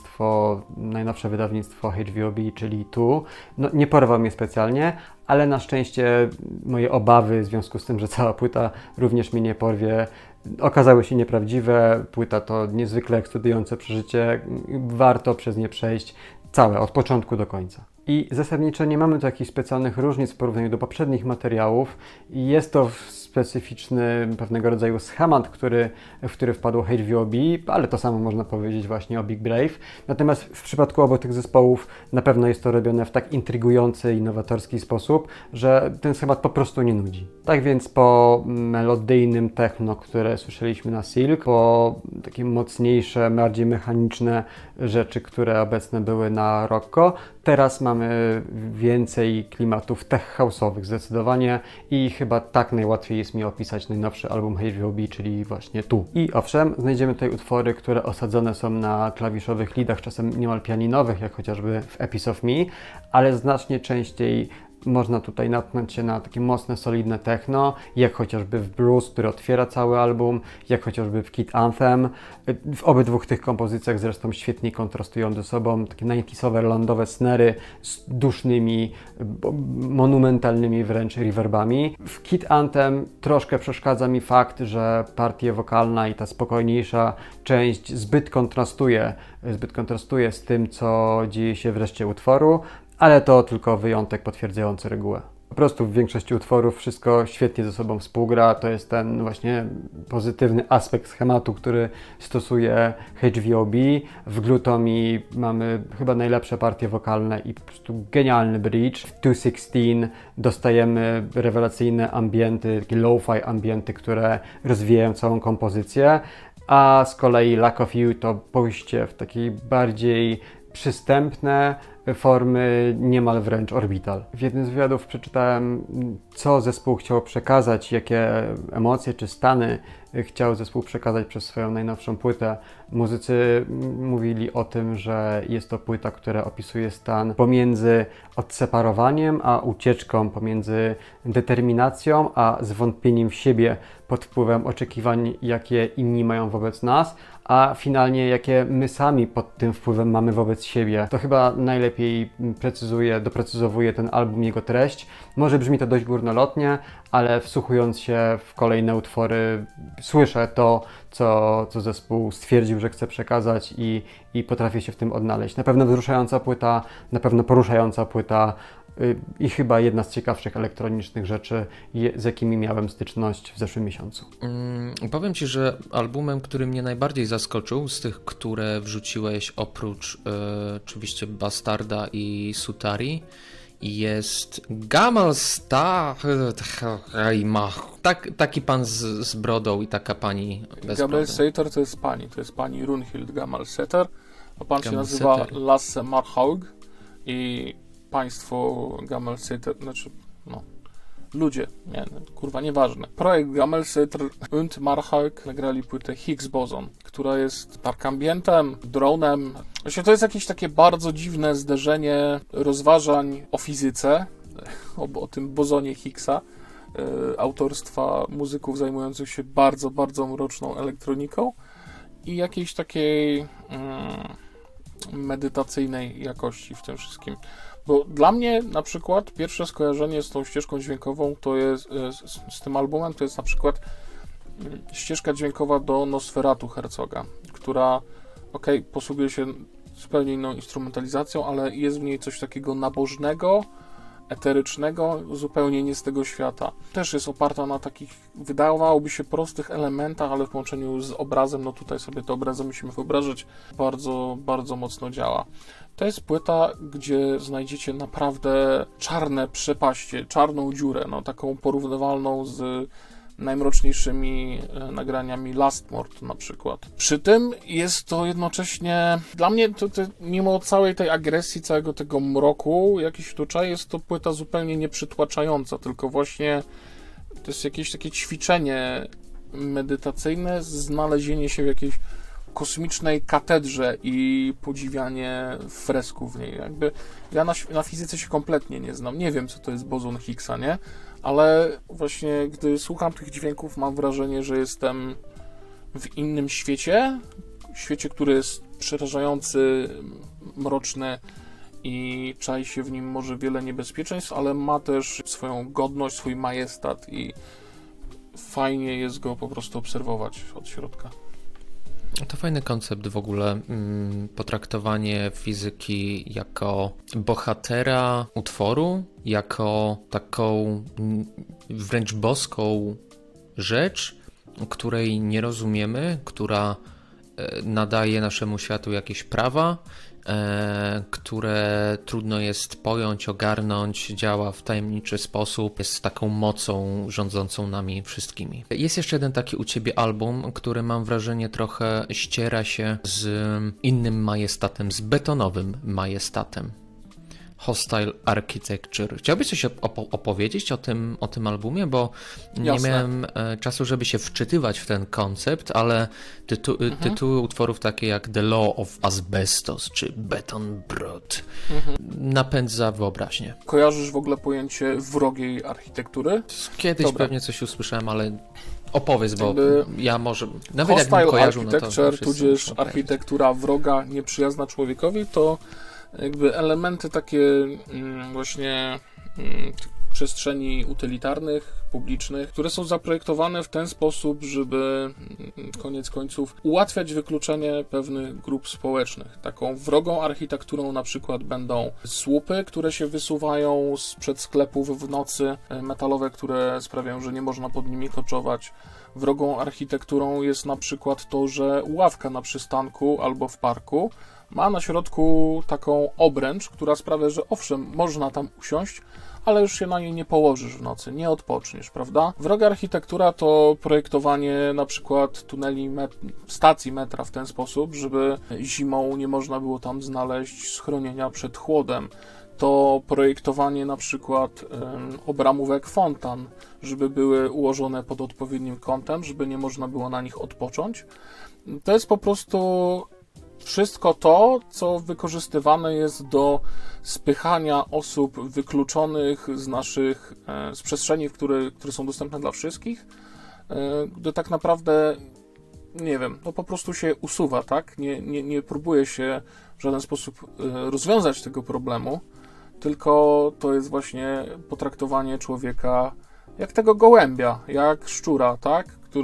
najnowsze wydawnictwo HVOB, czyli Tu, nie porwał mnie specjalnie, ale na szczęście moje obawy w związku z tym, że cała płyta również mnie nie porwie, okazały się nieprawdziwe. Płyta to niezwykle ekscytujące przeżycie. Warto przez nie przejść całe, od początku do końca. I zasadniczo nie mamy tu jakichś specjalnych różnic w porównaniu do poprzednich materiałów. Jest to specyficzny pewnego rodzaju schemat, w który wpadło HVOB, ale to samo można powiedzieć właśnie o Big Brave. Natomiast w przypadku obu tych zespołów na pewno jest to robione w tak intrygujący i nowatorski sposób, że ten schemat po prostu nie nudzi. Tak więc po melodyjnym techno, które słyszeliśmy na Silk, po takie mocniejsze, bardziej mechaniczne rzeczy, które obecne były na Rocco, teraz mamy więcej klimatów tech house'owych zdecydowanie i chyba tak najłatwiej jest mi opisać najnowszy album HVOB, czyli właśnie Tu. I owszem, znajdziemy tutaj utwory, które osadzone są na klawiszowych leadach, czasem niemal pianinowych, jak chociażby w Epic of Me, ale znacznie częściej można tutaj natknąć się na takie mocne, solidne techno, jak chociażby w Bruce, który otwiera cały album, jak chociażby w Kid Anthem. W obydwu tych kompozycjach zresztą świetnie kontrastują ze sobą takie 90sowe landowe snary z dusznymi, monumentalnymi wręcz reverbami. W Kid Anthem troszkę przeszkadza mi fakt, że partia wokalna i ta spokojniejsza część zbyt kontrastuje z tym, co dzieje się w reszcie utworu, ale to tylko wyjątek potwierdzający regułę. Po prostu w większości utworów wszystko świetnie ze sobą współgra. To jest ten właśnie pozytywny aspekt schematu, który stosuje HVOB. W Glutomii mamy chyba najlepsze partie wokalne i po prostu genialny bridge. W 216 dostajemy rewelacyjne ambienty, takie lo-fi ambienty, które rozwijają całą kompozycję. A z kolei Lack of You to pójście w takiej bardziej przystępne formy, niemal wręcz orbital. W jednym z wywiadów przeczytałem, co zespół chciał przekazać, jakie emocje czy stany chciał zespół przekazać przez swoją najnowszą płytę. Muzycy mówili o tym, że jest to płyta, która opisuje stan pomiędzy odseparowaniem a ucieczką, pomiędzy determinacją a zwątpieniem w siebie pod wpływem oczekiwań, jakie inni mają wobec nas, a finalnie jakie my sami pod tym wpływem mamy wobec siebie. To chyba najlepiej doprecyzowuje ten album, jego treść. Może brzmi to dość górnolotnie, ale wsłuchując się w kolejne utwory słyszę to, co zespół stwierdził, że chce przekazać i potrafię się w tym odnaleźć. Na pewno wzruszająca płyta, na pewno poruszająca płyta i chyba jedna z ciekawszych elektronicznych rzeczy, z jakimi miałem styczność w zeszłym miesiącu. Powiem Ci, że albumem, który mnie najbardziej zaskoczył z tych, które wrzuciłeś oprócz oczywiście Bastarda i Sutari, jest Gamal Star. Taki pan z brodą i taka pani bez Gamal brody. Setter to jest pani Runhild Gamal Setter, a pan się nazywa Lasse Marhaug i państwo Gamal Setter, ludzie, nieważne. Projekt Gamal Setter und Marhaug nagrali płytę Higgs Boson, która jest dark ambientem, dronem. Właśnie to jest jakieś takie bardzo dziwne zderzenie rozważań o fizyce, o tym bozonie Higgsa, autorstwa muzyków zajmujących się bardzo, bardzo mroczną elektroniką i jakiejś takiej medytacyjnej jakości w tym wszystkim. Bo dla mnie na przykład pierwsze skojarzenie z tą ścieżką dźwiękową to jest, z tym albumem, to jest na przykład ścieżka dźwiękowa do Nosferatu Herzoga, która posługuje się zupełnie inną instrumentalizacją, ale jest w niej coś takiego nabożnego eterycznego, zupełnie nie z tego świata. Też jest oparta na takich, wydawałoby się, prostych elementach, ale w połączeniu z obrazem, no tutaj sobie te obrazy musimy wyobrażać, bardzo, bardzo mocno działa. To jest płyta, gdzie znajdziecie naprawdę czarne przepaście, czarną dziurę, no taką porównywalną z najmroczniejszymi nagraniami Lastmord na przykład. Przy tym jest to jednocześnie, dla mnie, to mimo całej tej agresji, całego tego mroku jakiś tutaj, jest to płyta zupełnie nieprzytłaczająca, tylko właśnie to jest jakieś takie ćwiczenie medytacyjne, znalezienie się w jakiejś kosmicznej katedrze i podziwianie fresków w niej. Jakby ja na fizyce się kompletnie nie znam, nie wiem, co to jest bozon Higgsa, nie? Ale właśnie gdy słucham tych dźwięków, mam wrażenie, że jestem w innym świecie, który jest przerażający, mroczny i czai się w nim może wiele niebezpieczeństw, ale ma też swoją godność, swój majestat i fajnie jest go po prostu obserwować od środka. To fajny koncept w ogóle, potraktowanie fizyki jako bohatera utworu, jako taką wręcz boską rzecz, której nie rozumiemy, która nadaje naszemu światu jakieś prawa, które trudno jest pojąć, ogarnąć, działa w tajemniczy sposób, jest taką mocą rządzącą nami wszystkimi. Jest jeszcze jeden taki u Ciebie album, który mam wrażenie trochę ściera się z innym majestatem, z betonowym majestatem. Hostile Architecture. Chciałbyś coś opowiedzieć o tym albumie, bo nie miałem czasu, żeby się wczytywać w ten koncept, ale tytuły utworów takie jak The Law of Asbestos czy Beton Brot napędza wyobraźnię. Kojarzysz w ogóle pojęcie wrogiej architektury? Kiedyś pewnie coś usłyszałem, ale opowiedz, bo ja może nawet jakbym kojarzył, no to architecture, tudzież architektura wroga, nieprzyjazna człowiekowi, to jakby elementy takie właśnie przestrzeni utylitarnych, publicznych, które są zaprojektowane w ten sposób, żeby koniec końców ułatwiać wykluczenie pewnych grup społecznych. Taką wrogą architekturą na przykład będą słupy, które się wysuwają sprzed sklepów w nocy, metalowe, które sprawiają, że nie można pod nimi koczować. Wrogą architekturą jest na przykład to, że ławka na przystanku albo w parku ma na środku taką obręcz, która sprawia, że owszem, można tam usiąść, ale już się na niej nie położysz w nocy, nie odpoczniesz, prawda? Wroga architektura to projektowanie na przykład tuneli stacji metra w ten sposób, żeby zimą nie można było tam znaleźć schronienia przed chłodem. To projektowanie na przykład obramówek fontan, żeby były ułożone pod odpowiednim kątem, żeby nie można było na nich odpocząć. To jest po prostu wszystko to, co wykorzystywane jest do spychania osób wykluczonych z przestrzeni, które są dostępne dla wszystkich, gdy tak naprawdę, nie wiem, no po prostu się usuwa, tak? Nie próbuje się w żaden sposób rozwiązać tego problemu, tylko to jest właśnie potraktowanie człowieka jak tego gołębia, jak szczura, tak?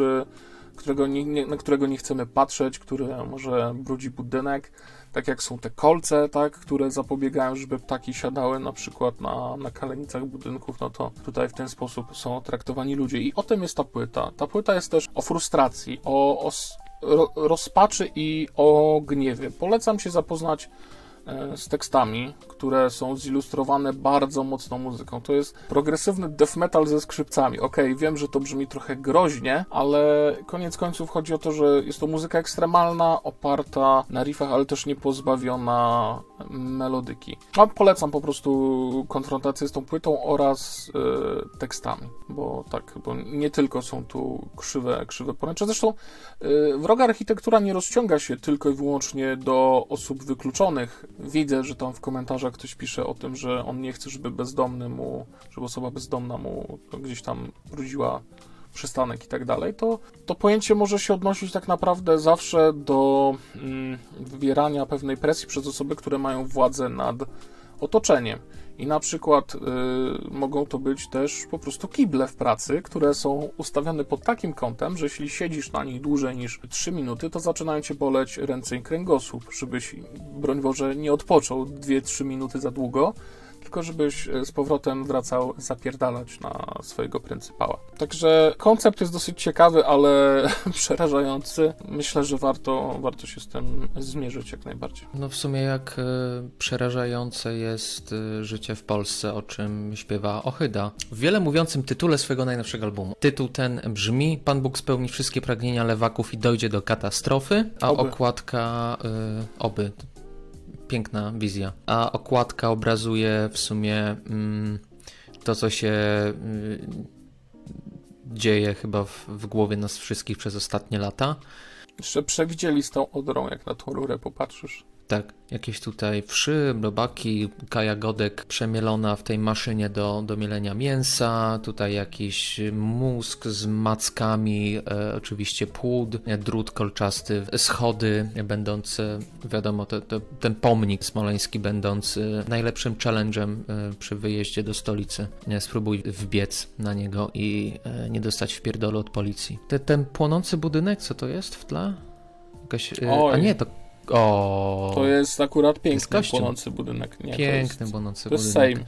Na którego nie chcemy patrzeć, który może brudzi budynek, tak jak są te kolce, tak, które zapobiegają, żeby ptaki siadały na przykład na kalenicach budynków, no to tutaj w ten sposób są traktowani ludzie. I o tym jest ta płyta. Ta płyta jest też o frustracji, o rozpaczy i o gniewie. Polecam się zapoznać z tekstami, które są zilustrowane bardzo mocną muzyką. To jest progresywny death metal ze skrzypcami. Okej, wiem, że to brzmi trochę groźnie, ale koniec końców chodzi o to, że jest to muzyka ekstremalna, oparta na riffach, ale też nie pozbawiona melodyki. No, polecam po prostu konfrontację z tą płytą oraz tekstami, bo nie tylko są tu krzywe poręcze. Zresztą wroga architektura nie rozciąga się tylko i wyłącznie do osób wykluczonych. Widzę, że tam w komentarzach ktoś pisze o tym, że on nie chce, żeby osoba bezdomna mu gdzieś tam brudziła przystanek i tak dalej. To pojęcie może się odnosić tak naprawdę zawsze do wywierania pewnej presji przez osoby, które mają władzę nad otoczeniem. I na przykład mogą to być też po prostu kible w pracy, które są ustawione pod takim kątem, że jeśli siedzisz na nich dłużej niż 3 minuty, to zaczynają cię boleć ręce i kręgosłup, żebyś, broń Boże, nie odpoczął 2-3 minuty za długo, tylko żebyś z powrotem wracał zapierdalać na swojego pryncypała. Także koncept jest dosyć ciekawy, ale przerażający. Myślę, że warto się z tym zmierzyć jak najbardziej. No w sumie jak przerażające jest życie w Polsce, o czym śpiewa Ohyda w wiele mówiącym tytule swojego najnowszego albumu. Tytuł ten brzmi: Pan Bóg spełni wszystkie pragnienia lewaków i dojdzie do katastrofy, a okładka oby. Piękna wizja. A okładka obrazuje w sumie to, co się dzieje chyba w głowie nas wszystkich przez ostatnie lata. Jeszcze przewidzieli z tą Odrą, jak na tą rurę popatrzysz. Tak, jakieś tutaj wszy, robaki, Kaja Godek przemielona w tej maszynie do mielenia mięsa, tutaj jakiś mózg z mackami, oczywiście płód, drut kolczasty, schody będące, wiadomo, ten pomnik smoleński będący najlepszym challenge'em przy wyjeździe do stolicy. Spróbuj wbiec na niego i nie dostać w pierdolu od policji. Ten płonący budynek, co to jest w tle? Jakaś, a nie, to to jest akurat piękny płonący budynek. Nie, piękny płonący budynek. To jest Sejm.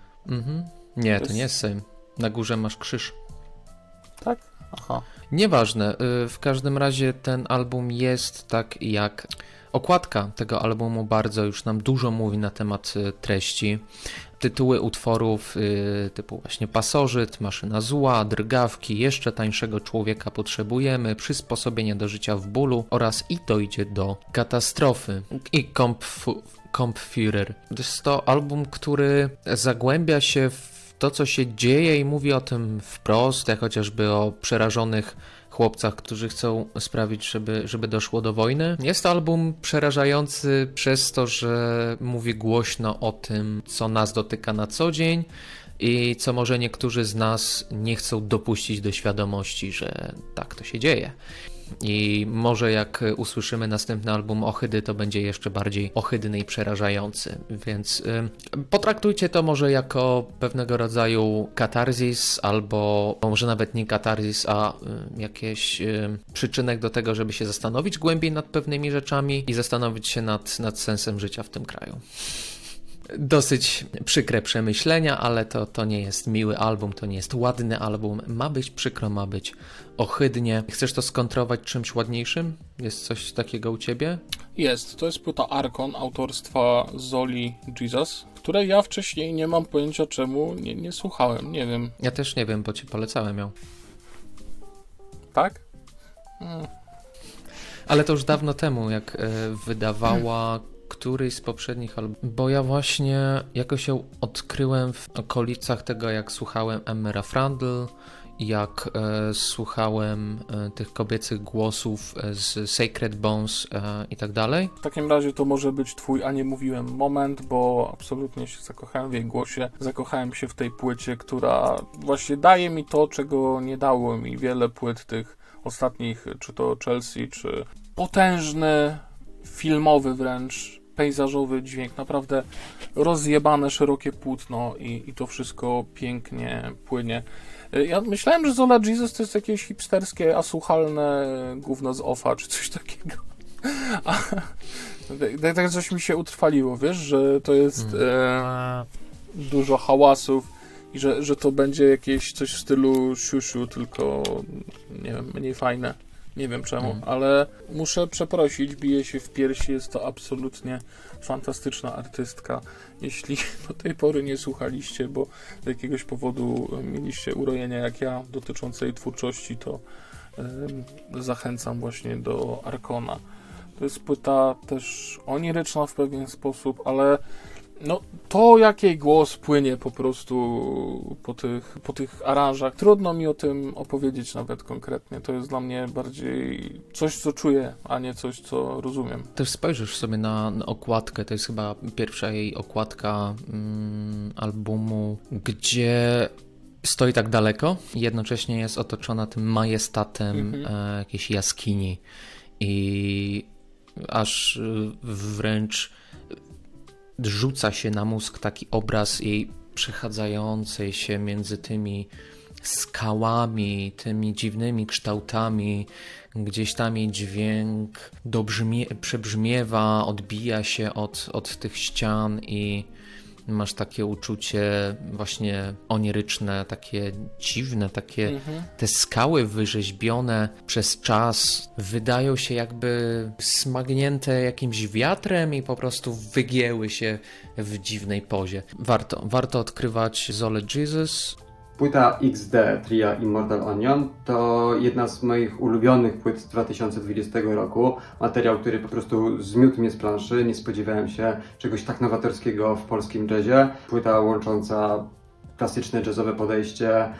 Nie, to nie jest Sejm. Na górze masz krzyż. Tak? Aha. Nieważne. W każdym razie ten album jest tak jak... Okładka tego albumu bardzo już nam dużo mówi na temat treści. Tytuły utworów typu właśnie Pasożyt, Maszyna zła, Drgawki, Jeszcze tańszego człowieka potrzebujemy, Przysposobienie do życia w bólu oraz I dojdzie do katastrofy i Kampfführer. To jest to album, który zagłębia się w to, co się dzieje i mówi o tym wprost, jak chociażby o przerażonych chłopcach, którzy chcą sprawić, żeby doszło do wojny. Jest to album przerażający przez to, że mówi głośno o tym, co nas dotyka na co dzień i co może niektórzy z nas nie chcą dopuścić do świadomości, że tak to się dzieje. I może jak usłyszymy następny album Ohydy, to będzie jeszcze bardziej ohydny i przerażający. Więc potraktujcie to może jako pewnego rodzaju katarzis, albo może nawet nie katarzis, a jakiś przyczynek do tego, żeby się zastanowić głębiej nad pewnymi rzeczami i zastanowić się nad sensem życia w tym kraju. Dosyć przykre przemyślenia, ale to nie jest miły album, to nie jest ładny album. Ma być przykro, ma być ohydnie. Chcesz to skontrować czymś ładniejszym? Jest coś takiego u ciebie? Jest. To jest płyta Arkon autorstwa Zoli Jesus, której ja wcześniej nie mam pojęcia czemu nie słuchałem. Nie wiem. Ja też nie wiem, bo ci polecałem ją. Tak? Ale to już dawno temu, jak wydawała któryś z poprzednich albumów, bo ja właśnie jakoś ją odkryłem w okolicach tego, jak słuchałem Emmy Rafrandl, jak słuchałem tych kobiecych głosów z Sacred Bones i tak dalej. W takim razie to może być twój A nie mówiłem moment, bo absolutnie się zakochałem w jej głosie. Zakochałem się w tej płycie, która właśnie daje mi to, czego nie dało mi wiele płyt tych ostatnich, czy to Chelsea, czy potężny, filmowy wręcz, pejzażowy dźwięk, naprawdę rozjebane, szerokie płótno i to wszystko pięknie płynie. Ja myślałem, że Zola Jesus to jest jakieś hipsterskie, asłuchalne gówno z offa, czy coś takiego. Tak coś mi się utrwaliło, wiesz, że to jest dużo hałasów i że to będzie jakieś coś w stylu siusiu, tylko nie wiem, mniej fajne. Nie wiem czemu, ale muszę przeprosić, bije się w piersi, jest to absolutnie fantastyczna artystka. Jeśli do tej pory nie słuchaliście, bo z jakiegoś powodu mieliście urojenia jak ja dotyczące jej twórczości, to zachęcam właśnie do Arkona. To jest płyta też oniryczna w pewien sposób, ale no to jak jej głos płynie po prostu po tych aranżach, trudno mi o tym opowiedzieć nawet konkretnie. To jest dla mnie bardziej coś, co czuję, a nie coś, co rozumiem. Też spojrzysz sobie na okładkę, to jest chyba pierwsza jej okładka albumu, gdzie stoi tak daleko i jednocześnie jest otoczona tym majestatem jakiejś jaskini i aż wręcz rzuca się na mózg taki obraz jej przechadzającej się między tymi skałami, tymi dziwnymi kształtami. Gdzieś tam jej dźwięk przebrzmiewa, odbija się od tych ścian i masz takie uczucie właśnie oniryczne, takie dziwne, takie te skały wyrzeźbione przez czas wydają się jakby smagnięte jakimś wiatrem i po prostu wygięły się w dziwnej pozie. Warto odkrywać Zole Jesus. Płyta XD Tria Immortal Onion to jedna z moich ulubionych płyt z 2020 roku. Materiał, który po prostu zmiótł mnie z planszy. Nie spodziewałem się czegoś tak nowatorskiego w polskim jazzie. Płyta łącząca klasyczne jazzowe podejście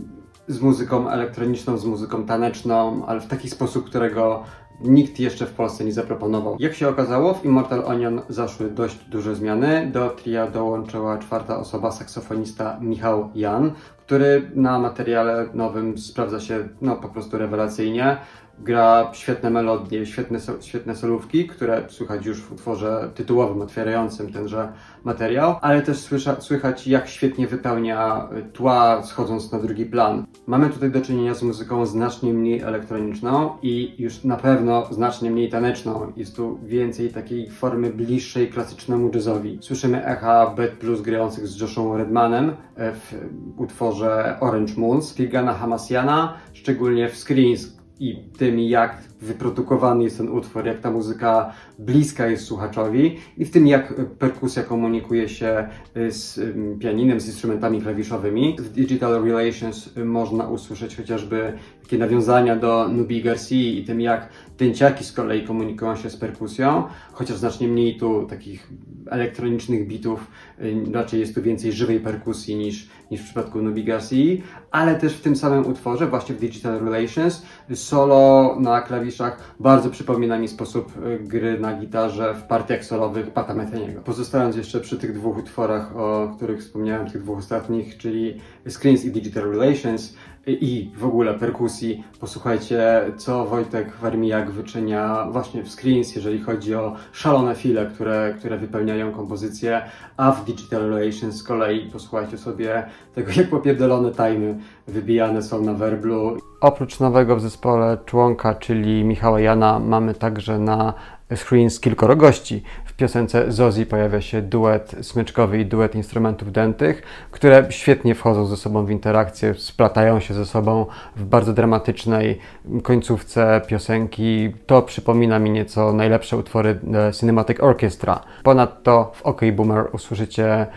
z muzyką elektroniczną, z muzyką taneczną, ale w taki sposób, którego nikt jeszcze w Polsce nie zaproponował. Jak się okazało, w Immortal Onion zaszły dość duże zmiany. Do tria dołączyła czwarta osoba, saksofonista Michał Jan, który na materiale nowym sprawdza się po prostu rewelacyjnie. Gra świetne melodie, świetne solówki, które słychać już w utworze tytułowym, otwierającym tenże materiał, ale też słychać, jak świetnie wypełnia tła, schodząc na drugi plan. Mamy tutaj do czynienia z muzyką znacznie mniej elektroniczną i już na pewno znacznie mniej taneczną. Jest tu więcej takiej formy bliższej klasycznemu jazzowi. Słyszymy echa Bad Blues grających z Joshua Redmanem w utworze Orange Moons, Figana Hamasjana, szczególnie w Screens, i tym, jak wyprodukowany jest ten utwór, jak ta muzyka bliska jest słuchaczowi i w tym, jak perkusja komunikuje się z pianinem, z instrumentami klawiszowymi. W Digital Relations można usłyszeć chociażby takie nawiązania do Nubii Garcia i tym, jak dęciaki z kolei komunikują się z perkusją, chociaż znacznie mniej tu takich elektronicznych bitów, raczej jest tu więcej żywej perkusji niż w przypadku Nubii Garcia, ale też w tym samym utworze, właśnie w Digital Relations, solo na klawiszach bardzo przypomina mi sposób gry na gitarze w partiach solowych Pata Metheniego. Pozostając jeszcze przy tych dwóch utworach, o których wspomniałem, tych dwóch ostatnich, czyli Screens i Digital Relations i w ogóle perkusji, posłuchajcie, co Wojtek Warmijak wyczynia właśnie w Screens, jeżeli chodzi o szalone file, które wypełniają kompozycję, a w Digital Relations z kolei posłuchajcie sobie tego, jak popierdolone tajmy wybijane są na werblu. Oprócz nowego w zespole członka, czyli Michała Jana, mamy także na Screens kilkoro gości. W piosence Zozi pojawia się duet smyczkowy i duet instrumentów dętych, które świetnie wchodzą ze sobą w interakcję, splatają się ze sobą w bardzo dramatycznej końcówce piosenki. To przypomina mi nieco najlepsze utwory Cinematic Orchestra. Ponadto w OK Boomer usłyszycie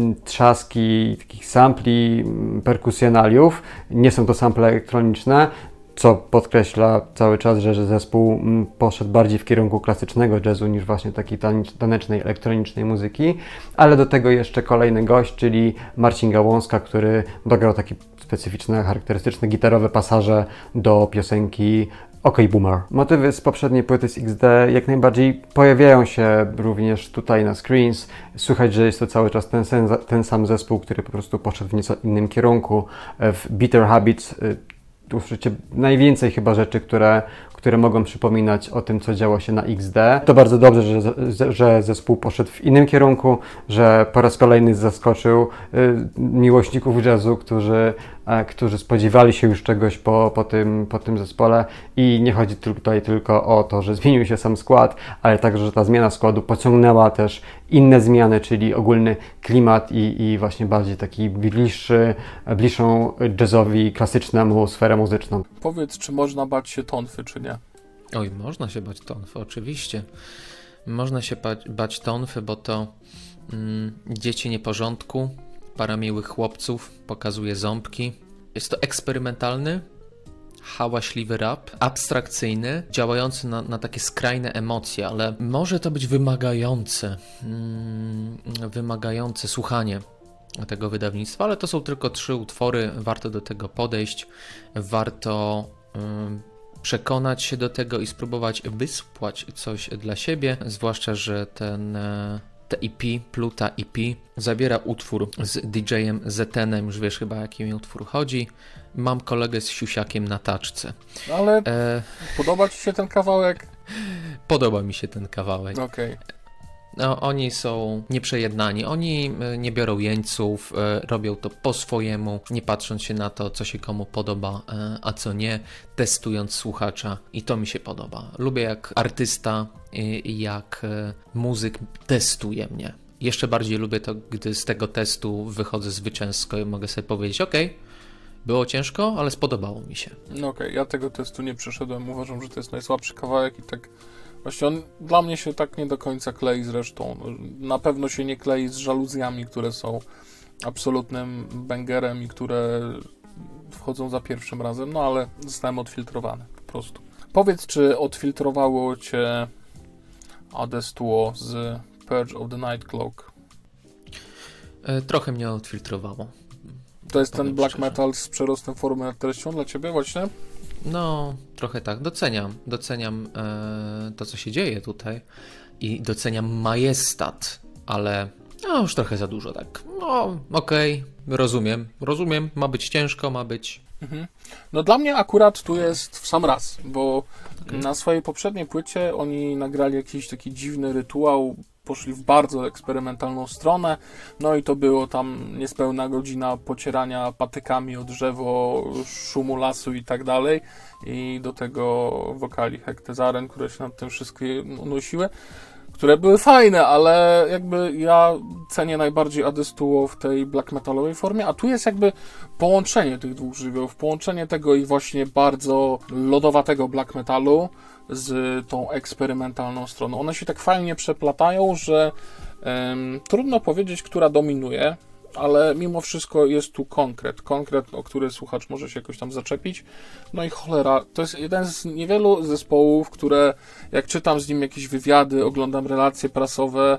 trzaski takich sampli, perkusjonaliów. Nie są to sample elektroniczne, co podkreśla cały czas, że zespół poszedł bardziej w kierunku klasycznego jazzu niż właśnie takiej tanecznej, elektronicznej muzyki. Ale do tego jeszcze kolejny gość, czyli Marcin Gałązka, który dograł takie specyficzne, charakterystyczne gitarowe pasaże do piosenki OK Boomer. Motywy z poprzedniej płyty z XD jak najbardziej pojawiają się również tutaj na Screens. Słychać, że jest to cały czas ten sam zespół, który po prostu poszedł w nieco innym kierunku. W Bitter Habits usłyszycie najwięcej chyba rzeczy, które mogą przypominać o tym, co działo się na XD. To bardzo dobrze, że zespół poszedł w innym kierunku, że po raz kolejny zaskoczył miłośników jazzu, którzy spodziewali się już czegoś po tym zespole i nie chodzi tutaj tylko o to, że zmienił się sam skład, ale także, że ta zmiana składu pociągnęła też inne zmiany, czyli ogólny klimat i właśnie bardziej taki bliższą jazzowi, klasycznemu sferę muzyczną. Powiedz, czy można bać się tonfy, czy nie? Oj, można się bać tonfy, oczywiście. Można się bać tonfy, bo to dzieci nieporządku, para miłych chłopców, pokazuje ząbki. Jest to eksperymentalny, hałaśliwy rap, abstrakcyjny, działający na takie skrajne emocje, ale może to być wymagające słuchanie tego wydawnictwa, ale to są tylko 3 utwory, warto do tego podejść, warto przekonać się do tego i spróbować wysłać coś dla siebie, zwłaszcza, że te EP, Pluta EP, zawiera utwór z DJ-em Zetenem, już wiesz chyba, o jakim utwór chodzi. Mam kolegę z siusiakiem na taczce. Ale podoba Ci się ten kawałek? Podoba mi się ten kawałek. Okej. No, oni są nieprzejednani, oni nie biorą jeńców, robią to po swojemu, nie patrząc się na to, co się komu podoba, a co nie, testując słuchacza i to mi się podoba. Lubię, jak artysta, jak muzyk testuje mnie Jeszcze bardziej lubię to, gdy z tego testu wychodzę zwycięsko i mogę sobie powiedzieć, okej, było ciężko, ale spodobało mi się. No okej, ja tego testu nie przeszedłem. Uważam, że to jest najsłabszy kawałek i tak właśnie on dla mnie się tak nie do końca klei zresztą. Na pewno się nie klei z Żaluzjami, które są absolutnym bangerem i które wchodzą za pierwszym razem, no ale zostałem odfiltrowany po prostu. Powiedz, czy odfiltrowało cię Adestuo z Purge of the Nightcloak? Trochę mnie odfiltrowało. To jest ten black szczerze. metal z przerostem formy nad treścią dla ciebie właśnie? No, trochę tak. Doceniam to, co się dzieje tutaj i doceniam majestat, ale no, już trochę za dużo, tak. No, okej, rozumiem, ma być ciężko, ma być... No dla mnie akurat tu jest w sam raz, bo na swojej poprzedniej płycie oni nagrali jakiś taki dziwny rytuał, poszli w bardzo eksperymentalną stronę, no i to było tam niespełna godzina pocierania patykami o drzewo, szumu lasu i tak dalej i do tego wokali hektezaren, które się nad tym wszystkie unosiły, które były fajne, ale jakby ja cenię najbardziej Adestuo w tej black metalowej formie, a tu jest jakby połączenie tych dwóch żywiołów, połączenie tego ich właśnie bardzo lodowatego black metalu z tą eksperymentalną stroną. One się tak fajnie przeplatają, że trudno powiedzieć, która dominuje, ale mimo wszystko jest tu konkret, o który słuchacz może się jakoś tam zaczepić. No i cholera, to jest jeden z niewielu zespołów, które jak czytam z nim jakieś wywiady, oglądam relacje prasowe,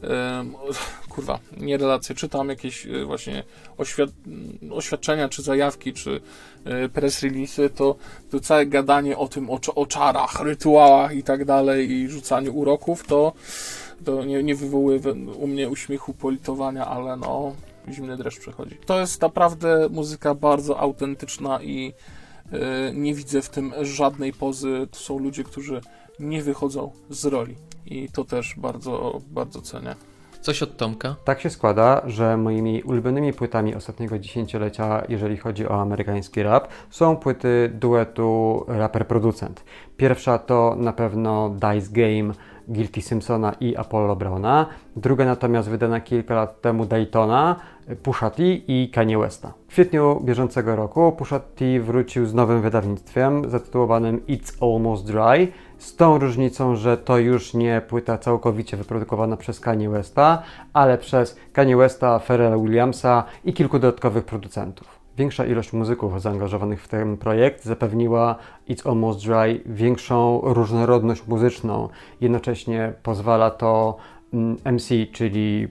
nie relacje, czytam jakieś właśnie oświadczenia, czy zajawki, czy press release'y, to całe gadanie o tym, o czarach, rytuałach i tak dalej i rzucaniu uroków, to nie wywołuje u mnie uśmiechu, politowania, ale no zimny dreszcz przechodzi. To jest naprawdę muzyka bardzo autentyczna i nie widzę w tym żadnej pozy. To są ludzie, którzy nie wychodzą z roli i to też bardzo, bardzo cenię. Coś od Tomka? Tak się składa, że moimi ulubionymi płytami ostatniego dziesięciolecia, jeżeli chodzi o amerykański rap, są płyty duetu raper-producent. Pierwsza to na pewno Dice Game, Guilty Simpsona i Apollo Browna. Druga natomiast wydana kilka lat temu Daytona, Pusha T i Kanye Westa. W kwietniu bieżącego roku Pusha T wrócił z nowym wydawnictwem zatytułowanym It's Almost Dry, z tą różnicą, że to już nie płyta całkowicie wyprodukowana przez Kanye Westa, ale przez Kanye Westa, Pharrella Williamsa i kilku dodatkowych producentów. Większa ilość muzyków zaangażowanych w ten projekt zapewniła It's Almost Dry większą różnorodność muzyczną. Jednocześnie pozwala to MC, czyli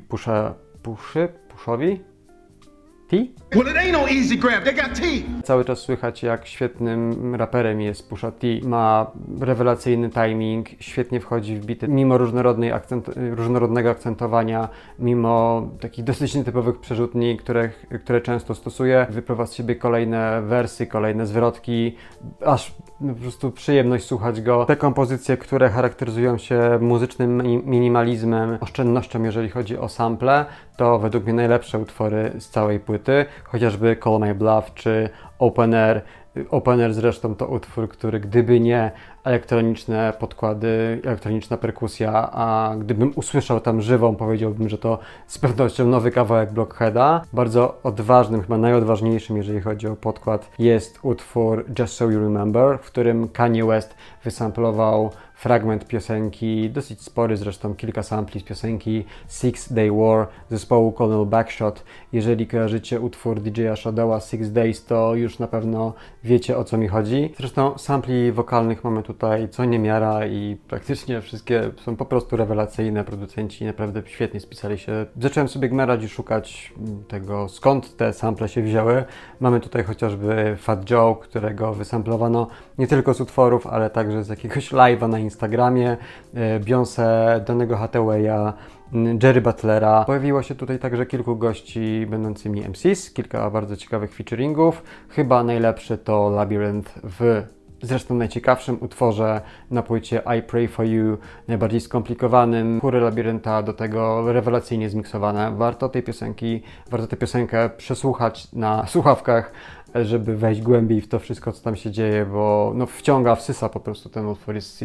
Pushowi? T? Well, it ain't no easy grab. They got T. Cały czas słychać, jak świetnym raperem jest Pusha T. Ma rewelacyjny timing, świetnie wchodzi w bity, mimo różnorodnego akcentowania, mimo takich dosyć nietypowych przerzutni, które często stosuje. Wypływa z siebie kolejne wersy, kolejne zwrotki, aż po prostu przyjemność słuchać go. Te kompozycje, które charakteryzują się muzycznym minimalizmem, oszczędnością, jeżeli chodzi o sample, to według mnie najlepsze utwory z całej płyty, chociażby Call My Bluff czy Open Air. Open Air zresztą to utwór, który gdyby nie elektroniczne podkłady, elektroniczna perkusja, a gdybym usłyszał tam żywą, powiedziałbym, że to z pewnością nowy kawałek Blockheada. Bardzo odważnym, chyba najodważniejszym, jeżeli chodzi o podkład, jest utwór Just So You Remember, w którym Kanye West wysamplował fragment piosenki, dosyć spory zresztą, kilka sampli z piosenki Six Day War zespołu Colonel Backshot. Jeżeli kojarzycie utwór DJ-a Shadowa Six Days, to już na pewno wiecie, o co mi chodzi. Zresztą sampli wokalnych mamy tutaj co niemiara i praktycznie wszystkie są po prostu rewelacyjne. Producenci naprawdę świetnie spisali się. Zacząłem sobie gmerać i szukać tego, skąd te sample się wzięły. Mamy tutaj chociażby Fat Joe, którego wysamplowano nie tylko z utworów, ale także z jakiegoś live'a na Instagramie, Beyoncé, Donnego Hathawaya, Jerry Butlera. Pojawiło się tutaj także kilku gości będącymi MCs, kilka bardzo ciekawych featuringów. Chyba najlepszy to Labyrinth w zresztą najciekawszym utworze na płycie I Pray For You, najbardziej skomplikowanym. Chóry Labirynta do tego rewelacyjnie zmiksowane. Warto tę piosenkę przesłuchać na słuchawkach, żeby wejść głębiej w to wszystko, co tam się dzieje, bo no wciąga, wsysa po prostu ten utwór, jest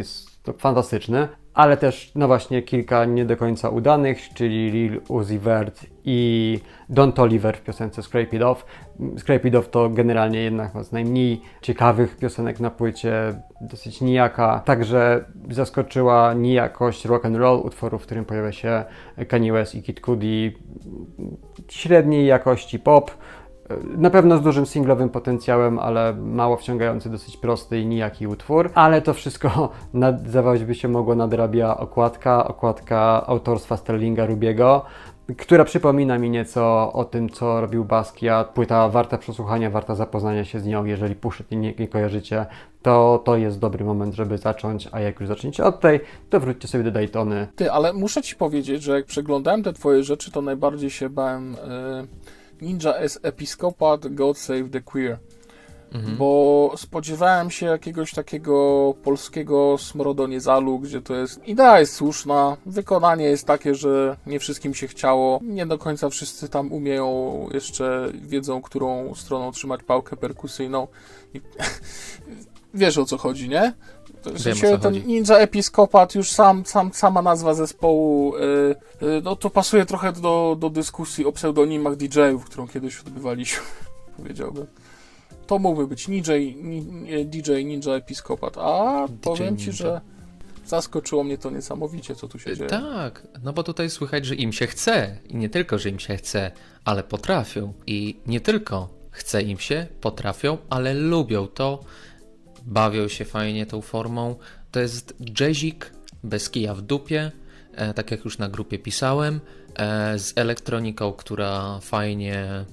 to fantastyczny, ale też, no właśnie, kilka nie do końca udanych, czyli Lil Uzi Vert i Don Toliver w piosence Scrape It Off. Scrape It Off to generalnie jedna z najmniej ciekawych piosenek na płycie, dosyć nijaka. Także zaskoczyła nijakość rock and roll utworu, w którym pojawia się Kanye West i Kid Cudi. Średniej jakości pop. Na pewno z dużym singlowym potencjałem, ale mało wciągający, dosyć prosty i nijaki utwór. Ale to wszystko, zdawać by się mogło, nadrabia okładka autorstwa Sterlinga Rubiego, która przypomina mi nieco o tym, co robił Basquiat. Płyta warta przesłuchania, warta zapoznania się z nią. Jeżeli puszczę i nie kojarzycie, to jest dobry moment, żeby zacząć, a jak już zaczniecie od tej, to wróćcie sobie do Daytony. Ty, ale muszę ci powiedzieć, że jak przeglądałem te twoje rzeczy, to najbardziej się bałem Ninja Episcopat, God Save the Queer. Bo spodziewałem się jakiegoś takiego polskiego smrodoniezalu, gdzie to jest, idea jest słuszna, wykonanie jest takie, że nie wszystkim się chciało, nie do końca wszyscy tam umieją, jeszcze wiedzą, którą stroną trzymać pałkę perkusyjną. I wiesz, o co chodzi, nie? Ten Ninja Episcopat, już sama nazwa zespołu, no to pasuje trochę do dyskusji o pseudonimach DJ-ów, którą kiedyś odbywaliśmy, powiedziałbym. To mógłby być DJ Ninja Episcopat, a DJ powiem ci, że zaskoczyło mnie to niesamowicie, co tu się dzieje. Tak, no bo tutaj słychać, że im się chce i nie tylko, że im się chce, ale potrafią. I nie tylko chce im się, potrafią, ale lubią to, bawią się fajnie tą formą. To jest jazzik bez kija w dupie, tak jak już na grupie pisałem, z elektroniką, która fajnie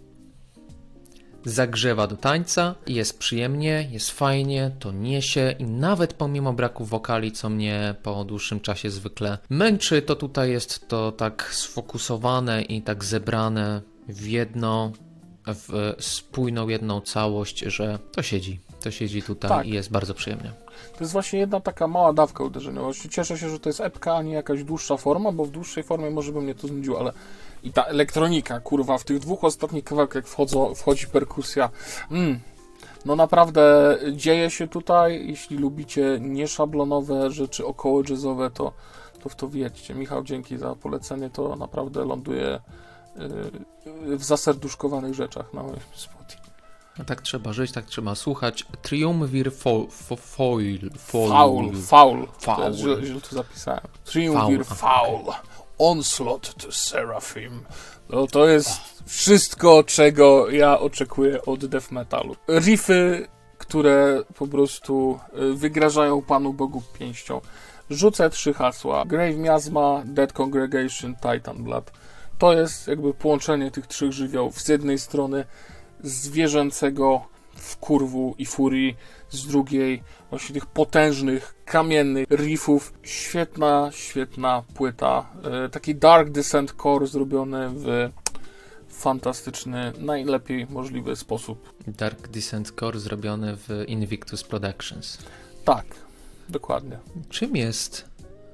zagrzewa do tańca, jest przyjemnie, jest fajnie, to niesie i nawet pomimo braku wokali, co mnie po dłuższym czasie zwykle męczy, to tutaj jest to tak sfokusowane i tak zebrane w w spójną jedną całość, że to siedzi tutaj tak. I jest bardzo przyjemnie. To jest właśnie jedna taka mała dawka uderzeniowa. Cieszę się, że to jest epka, a nie jakaś dłuższa forma, bo w dłuższej formie może by mnie to znudziło, ale i ta elektronika, kurwa, w tych dwóch ostatnich kawałkach wchodzi perkusja. No naprawdę dzieje się tutaj. Jeśli lubicie nieszablonowe rzeczy około jazzowe, to w to wiedźcie. Michał, dzięki za polecenie, to naprawdę ląduje w zaserduszkowanych rzeczach na moim Spotify. Tak trzeba żyć, tak trzeba słuchać. Triumvir Faul. Źle to zapisałem. Triumvir Faul. Onslaught to Seraphim. No to jest wszystko, czego ja oczekuję od death metalu. Riffy, które po prostu wygrażają Panu Bogu pięścią. Rzucę 3 hasła. Grave Miasma, Dead Congregation, Titan Blood. To jest jakby połączenie tych 3 żywiołów. Z jednej strony zwierzęcego wkurwu i furii, z drugiej właśnie tych potężnych, kamiennych riffów. Świetna płyta. Taki Dark Descent Core zrobiony w fantastyczny, najlepiej możliwy sposób. Dark Descent Core zrobiony w Invictus Productions. Tak, dokładnie. Czym jest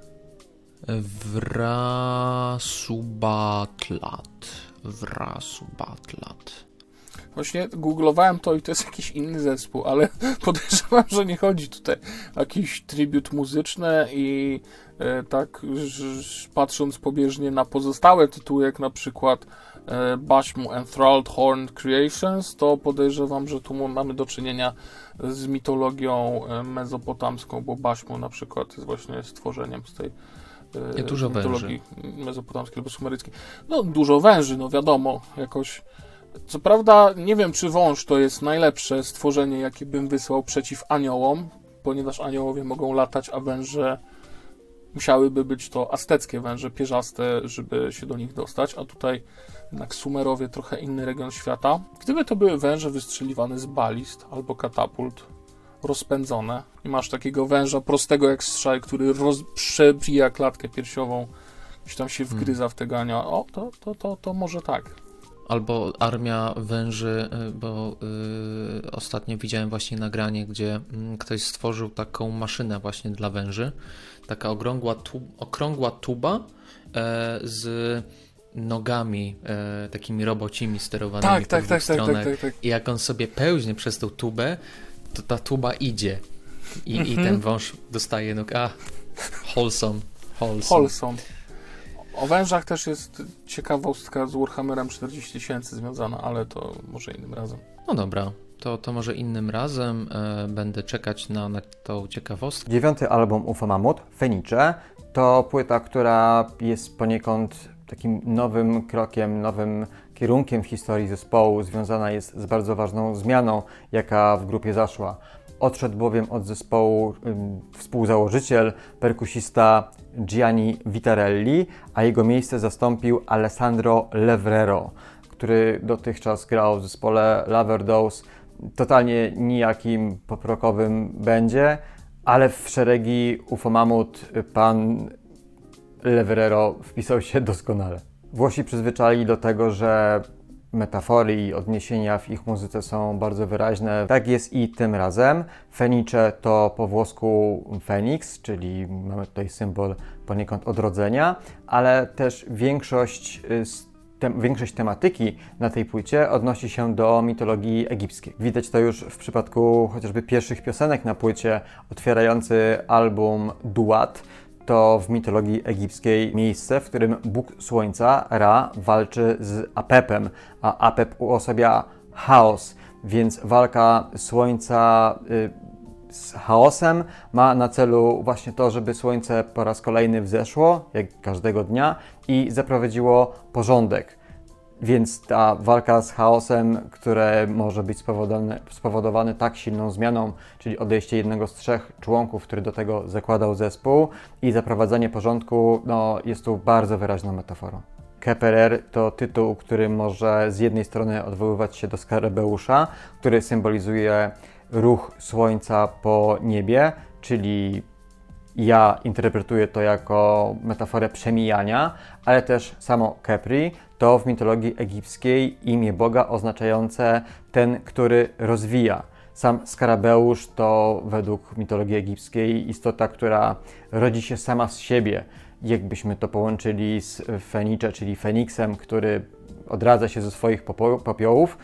Wrasubatlat? Właśnie googlowałem to i to jest jakiś inny zespół, ale podejrzewam, że nie chodzi tutaj o jakiś tribut muzyczny i tak patrząc pobieżnie na pozostałe tytuły, jak na przykład Bashmu Enthralled Horned Creations, to podejrzewam, że tu mamy do czynienia z mitologią mezopotamską, bo Bashmu na przykład jest właśnie stworzeniem z tej mitologii mezopotamskiej albo sumeryckiej. No dużo węży, no wiadomo, jakoś. Co prawda nie wiem, czy wąż to jest najlepsze stworzenie, jakie bym wysłał przeciw aniołom, ponieważ aniołowie mogą latać, a węże musiałyby być to azteckie węże, pierzaste, żeby się do nich dostać, a tutaj jednak Sumerowie, trochę inny region świata. Gdyby to były węże wystrzeliwane z balist albo katapult, rozpędzone i masz takiego węża prostego jak strzał, który przebija klatkę piersiową, gdzieś tam się wgryza w tego anioła, to może tak. Albo armia węży, bo ostatnio widziałem właśnie nagranie, gdzie ktoś stworzył taką maszynę właśnie dla węży. Taka okrągła tuba z nogami takimi robocimi sterowanymi w stronach. I jak on sobie pełźnie przez tą tubę, to ta tuba idzie. I ten wąż dostaje wholesome. O wężach też jest ciekawostka z Warhammerem 40 000 związana, ale to może innym razem. No dobra, to może innym razem będę czekać na tą ciekawostkę. 9. album UFO Mammut, Fenice, to płyta, która jest poniekąd takim nowym krokiem, nowym kierunkiem w historii zespołu. Związana jest z bardzo ważną zmianą, jaka w grupie zaszła. Odszedł bowiem od zespołu współzałożyciel, perkusista Gianni Vitarelli, a jego miejsce zastąpił Alessandro Levrero, który dotychczas grał w zespole Laverdose, totalnie nijakim poprokowym będzie, ale w szeregi UFO Mammut pan Levrero wpisał się doskonale. Włosi przyzwyczaili do tego, że metafory i odniesienia w ich muzyce są bardzo wyraźne. Tak jest i tym razem. Fenice to po włosku Feniks, czyli mamy tutaj symbol poniekąd odrodzenia, ale też większość tematyki na tej płycie odnosi się do mitologii egipskiej. Widać to już w przypadku chociażby pierwszych piosenek na płycie. Otwierający album Duat to w mitologii egipskiej miejsce, w którym Bóg Słońca, Ra, walczy z Apepem, a Apep uosabia chaos, więc walka Słońca z chaosem ma na celu właśnie to, żeby Słońce po raz kolejny wzeszło, jak każdego dnia, i zaprowadziło porządek. Więc ta walka z chaosem, które może być spowodowane tak silną zmianą, czyli odejście jednego z 3 członków, który do tego zakładał zespół, i zaprowadzenie porządku, jest tu bardzo wyraźną metaforą. Keperer to tytuł, który może z jednej strony odwoływać się do Skarabeusza, który symbolizuje ruch Słońca po niebie, czyli ja interpretuję to jako metaforę przemijania, ale też samo Kepri to w mitologii egipskiej imię Boga oznaczające ten, który rozwija. Sam Skarabeusz to według mitologii egipskiej istota, która rodzi się sama z siebie. Jakbyśmy to połączyli z Fenice, czyli Feniksem, który odradza się ze swoich popiołów,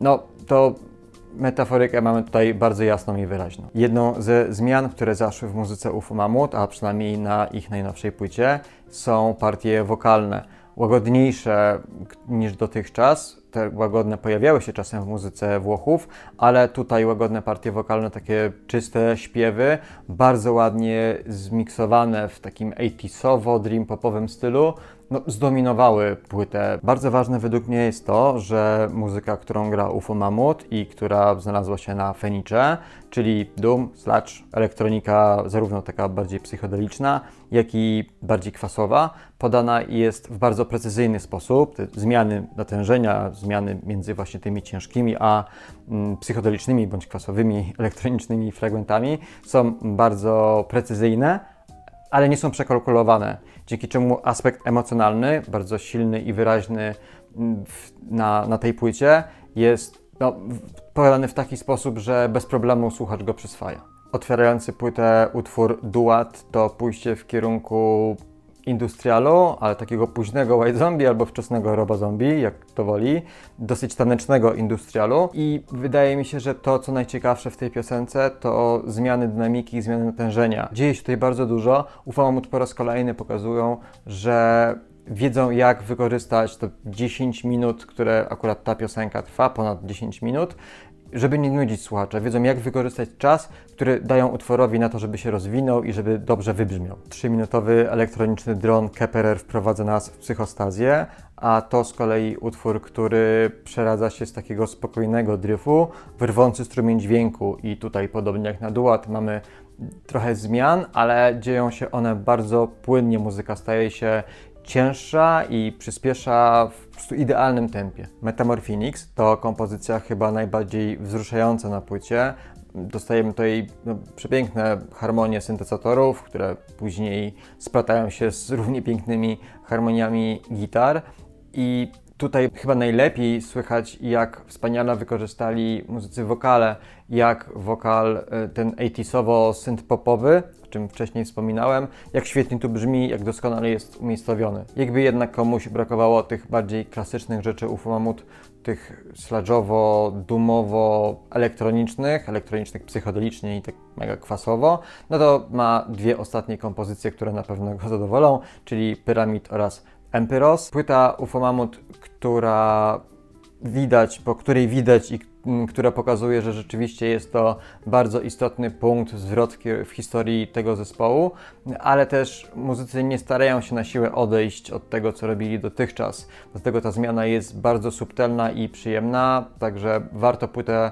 to metaforykę mamy tutaj bardzo jasną i wyraźną. Jedną ze zmian, które zaszły w muzyce UFO Mammut, a przynajmniej na ich najnowszej płycie, są partie wokalne. Łagodniejsze niż dotychczas. Te łagodne pojawiały się czasem w muzyce Włochów, ale tutaj łagodne partie wokalne, takie czyste śpiewy, bardzo ładnie zmiksowane w takim 80sowo, dream popowym stylu, zdominowały płytę. Bardzo ważne według mnie jest to, że muzyka, którą gra UFO Mammut i która znalazła się na Fenice, czyli doom, sludge, elektronika zarówno taka bardziej psychodeliczna, jak i bardziej kwasowa, podana jest w bardzo precyzyjny sposób. Te zmiany natężenia, zmiany między właśnie tymi ciężkimi a psychodelicznymi bądź kwasowymi elektronicznymi fragmentami są bardzo precyzyjne, ale nie są przekalkulowane, dzięki czemu aspekt emocjonalny, bardzo silny i wyraźny na tej płycie jest podany w taki sposób, że bez problemu słuchacz go przyswaja. Otwierający płytę utwór Duat to pójście w kierunku industrialu, ale takiego późnego White Zombie albo wczesnego Robo Zombie, jak to woli, dosyć tanecznego industrialu, i wydaje mi się, że to, co najciekawsze w tej piosence, to zmiany dynamiki i zmiany natężenia. Dzieje się tutaj bardzo dużo. UFO Mammut po raz kolejny pokazują, że wiedzą, jak wykorzystać to 10 minut, które akurat ta piosenka trwa, ponad 10 minut, żeby nie nudzić słuchacza. Wiedzą, jak wykorzystać czas, który dają utworowi na to, żeby się rozwinął i żeby dobrze wybrzmiał. 3-minutowy elektroniczny dron Keperer wprowadza nas w psychostazję, a to z kolei utwór, który przeradza się z takiego spokojnego dryfu w rwący strumień dźwięku. I tutaj, podobnie jak na Duat, mamy trochę zmian, ale dzieją się one bardzo płynnie. Muzyka staje się cięższa i przyspiesza w po prostu idealnym tempie. Metamorphinix to kompozycja chyba najbardziej wzruszająca na płycie. Dostajemy tutaj przepiękne harmonie syntezatorów, które później splatają się z równie pięknymi harmoniami gitar, i tutaj chyba najlepiej słychać, jak wspaniale wykorzystali muzycy wokale, jak wokal ten 80sowo synth-popowy, o czym wcześniej wspominałem, jak świetnie tu brzmi, jak doskonale jest umiejscowiony. Jakby jednak komuś brakowało tych bardziej klasycznych rzeczy UFO Mammut, tych sludge'owo, doomowo, elektronicznych psychodelicznie i tak mega kwasowo, no to ma dwie ostatnie kompozycje, które na pewno go zadowolą, czyli Pyramid oraz Empyros. Płyta UFO Mammut, po której widać i która pokazuje, że rzeczywiście jest to bardzo istotny punkt zwrotki w historii tego zespołu, ale też muzycy nie starają się na siłę odejść od tego, co robili dotychczas. Dlatego ta zmiana jest bardzo subtelna i przyjemna, także warto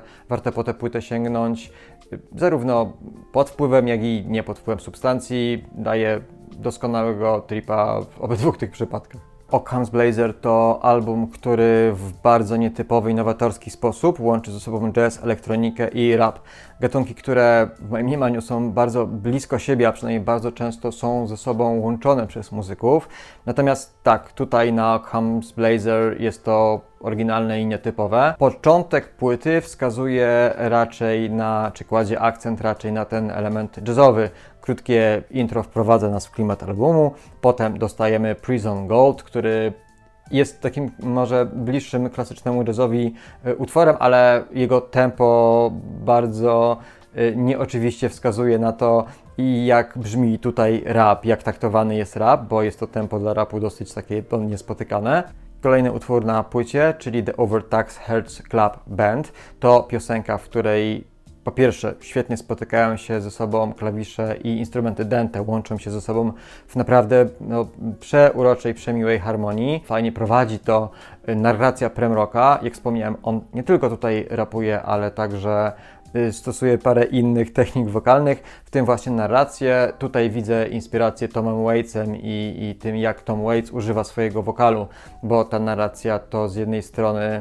po tę płytę sięgnąć, zarówno pod wpływem, jak i nie pod wpływem substancji. Daje doskonałego tripa w obydwu tych przypadkach. Occam's Blazer to album, który w bardzo nietypowy i nowatorski sposób łączy ze sobą jazz, elektronikę i rap. Gatunki, które w moim mniemaniu są bardzo blisko siebie, a przynajmniej bardzo często są ze sobą łączone przez muzyków. Natomiast tak, tutaj na Occam's Blazer jest to oryginalne i nietypowe. Początek płyty wskazuje raczej czy kładzie akcent raczej na ten element jazzowy. Krótkie intro wprowadza nas w klimat albumu, potem dostajemy Prison Gold, który jest takim może bliższym klasycznemu jazzowi utworem, ale jego tempo bardzo nieoczywiście wskazuje na to, jak brzmi tutaj rap, jak taktowany jest rap, bo jest to tempo dla rapu dosyć takie niespotykane. Kolejny utwór na płycie, czyli The Overtaxed Hertz Club Band, to piosenka, w której po pierwsze, świetnie spotykają się ze sobą klawisze i instrumenty dęte, łączą się ze sobą w naprawdę przeuroczej, przemiłej harmonii. Fajnie prowadzi to narracja prem rocka. Jak wspomniałem, on nie tylko tutaj rapuje, ale także stosuje parę innych technik wokalnych, w tym właśnie narrację. Tutaj widzę inspirację Tomem Waitsem i tym, jak Tom Waits używa swojego wokalu, bo ta narracja to z jednej strony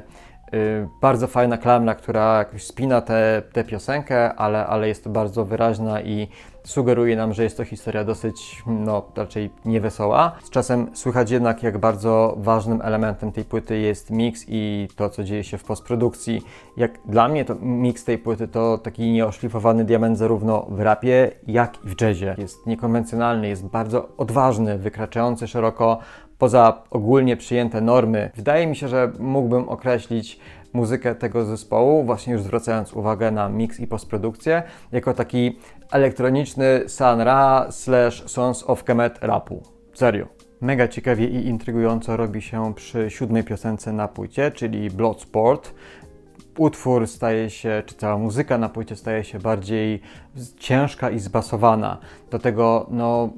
bardzo fajna klamra, która jakoś spina tę piosenkę, ale jest to bardzo wyraźna i sugeruje nam, że jest to historia dosyć, raczej niewesoła. Z czasem słychać jednak, jak bardzo ważnym elementem tej płyty jest mix i to, co dzieje się w postprodukcji. Jak dla mnie to mix tej płyty to taki nieoszlifowany diament zarówno w rapie, jak i w jazzie. Jest niekonwencjonalny, jest bardzo odważny, wykraczający szeroko poza ogólnie przyjęte normy. Wydaje mi się, że mógłbym określić muzykę tego zespołu, właśnie już zwracając uwagę na mix i postprodukcję, jako taki elektroniczny Sun Ra / Sons of Kemet rapu. Serio. Mega ciekawie i intrygująco robi się przy 7. piosence na płycie, czyli Bloodsport. Utwór czy cała muzyka na płycie staje się bardziej ciężka i zbasowana. Do tego,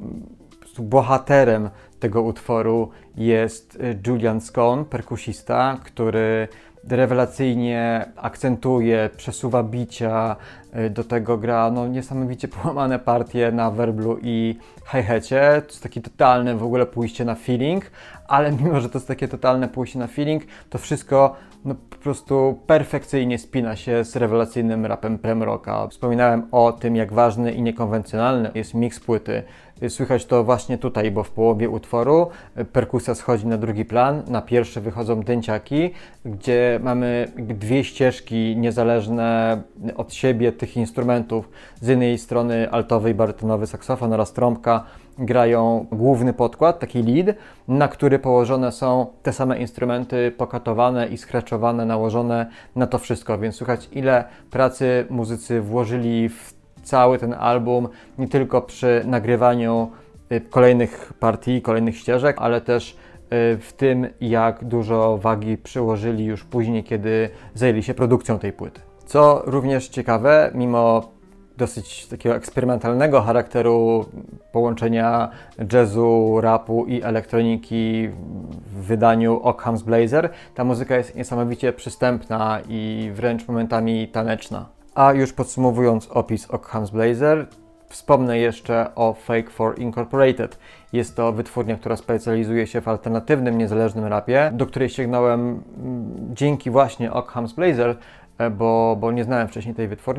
bohaterem tego utworu jest Julian Scone, perkusista, który rewelacyjnie akcentuje, przesuwa bicia, do tego gra niesamowicie połamane partie na werblu i hi-hacie. To jest takie totalne w ogóle pójście na feeling, ale mimo, że to jest takie totalne pójście na feeling, to wszystko po prostu perfekcyjnie spina się z rewelacyjnym rapem prem rocka. Wspominałem o tym, jak ważny i niekonwencjonalny jest miks płyty. Słychać to właśnie tutaj, bo w połowie utworu perkusja schodzi na drugi plan, na pierwszy wychodzą dęciaki, gdzie mamy dwie ścieżki niezależne od siebie tych instrumentów. Z jednej strony altowy i barytonowy saksofon oraz trąbka grają główny podkład, taki lead, na który położone są te same instrumenty pokatowane i scratchowane, nałożone na to wszystko, więc słychać, ile pracy muzycy włożyli w cały ten album, nie tylko przy nagrywaniu kolejnych partii, kolejnych ścieżek, ale też w tym, jak dużo wagi przyłożyli już później, kiedy zajęli się produkcją tej płyty. Co również ciekawe, mimo dosyć takiego eksperymentalnego charakteru połączenia jazzu, rapu i elektroniki w wydaniu Occam's Blazer, ta muzyka jest niesamowicie przystępna i wręcz momentami taneczna. A już podsumowując opis Occam's Blazer, wspomnę jeszcze o Fake 4 Incorporated. Jest to wytwórnia, która specjalizuje się w alternatywnym, niezależnym rapie, do której sięgnąłem dzięki właśnie Occam's Blazer, bo nie znałem wcześniej tej wytwórni.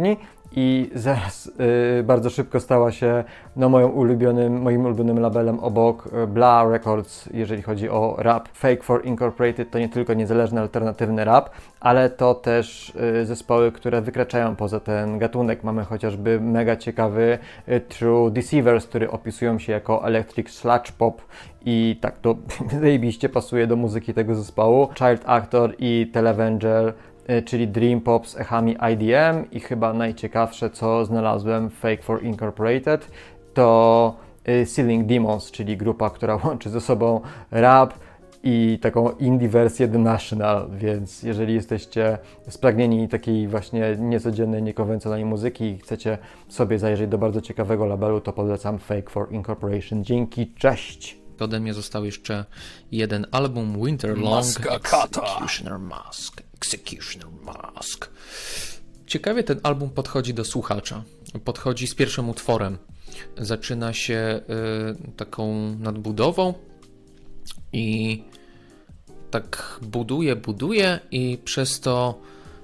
i zaraz bardzo szybko stała się moim ulubionym labelem obok Blah Records, jeżeli chodzi o rap. Fake 4 Incorporated to nie tylko niezależny, alternatywny rap, ale to też zespoły, które wykraczają poza ten gatunek. Mamy chociażby mega ciekawy True Deceivers, który opisują się jako electric sludge pop i tak to zajebiście pasuje do muzyki tego zespołu. Child Actor i Televenger, czyli Dream Pop z echami IDM i chyba najciekawsze, co znalazłem w Fake 4 Incorporated, to Ceiling Demons, czyli grupa, która łączy ze sobą rap i taką indie wersję The National, więc jeżeli jesteście spragnieni takiej właśnie niecodziennej, niekonwencjonalnej muzyki i chcecie sobie zajrzeć do bardzo ciekawego labelu, to polecam Fake 4 Incorporation. Dzięki, cześć! Ode mnie został jeszcze jeden album, Winterlong, Executioner Mask. Ciekawie ten album podchodzi do słuchacza. Podchodzi z pierwszym utworem. Zaczyna się taką nadbudową i tak buduje i przez to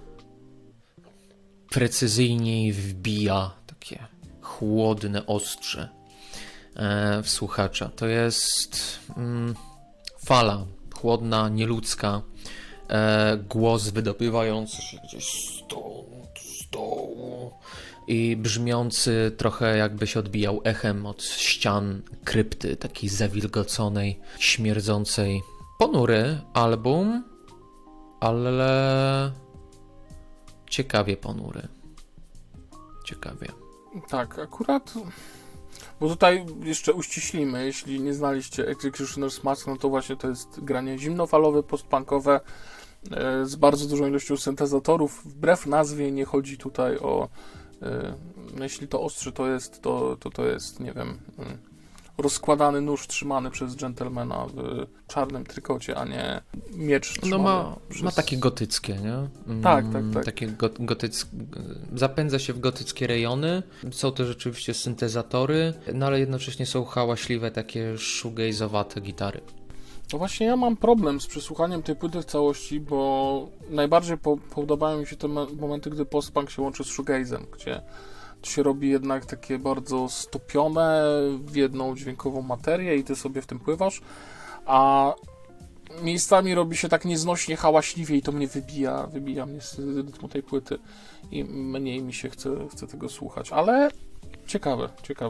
precyzyjniej wbija takie chłodne ostrze w słuchacza. To jest fala chłodna, nieludzka, głos wydobywający się gdzieś z dołu i brzmiący trochę jakby się odbijał echem od ścian krypty, takiej zawilgoconej, śmierdzącej. Ponury album, ale ciekawie ponury. Ciekawie. Tak, akurat, bo tutaj jeszcze uściślimy, jeśli nie znaliście Executioner's Mask, no to właśnie to jest granie zimnofalowe, postpunkowe z bardzo dużą ilością syntezatorów. Wbrew nazwie nie chodzi tutaj o, jeśli to ostrze to jest, nie wiem, rozkładany nóż trzymany przez dżentelmena w czarnym trykocie, a nie miecz trzymany. No ma takie gotyckie, nie? Tak. Takie zapędza się w gotyckie rejony. Są to rzeczywiście syntezatory, no ale jednocześnie są hałaśliwe, takie shoegaze'owate gitary. No właśnie ja mam problem z przesłuchaniem tej płyty w całości, bo najbardziej podobają mi się te momenty, gdy post-punk się łączy z shoegazem, gdzie to się robi jednak takie bardzo stopione w jedną dźwiękową materię i ty sobie w tym pływasz, a miejscami robi się tak nieznośnie hałaśliwie i to mnie wybija mnie z rytmu tej płyty i mniej mi się chce tego słuchać, ale ciekawe.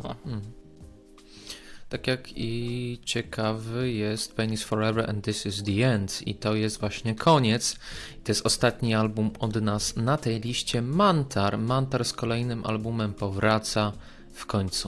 Tak jak i ciekawy jest Pain is Forever and This is the End i to jest właśnie koniec. To jest ostatni album od nas na tej liście. Mantar z kolejnym albumem powraca w końcu.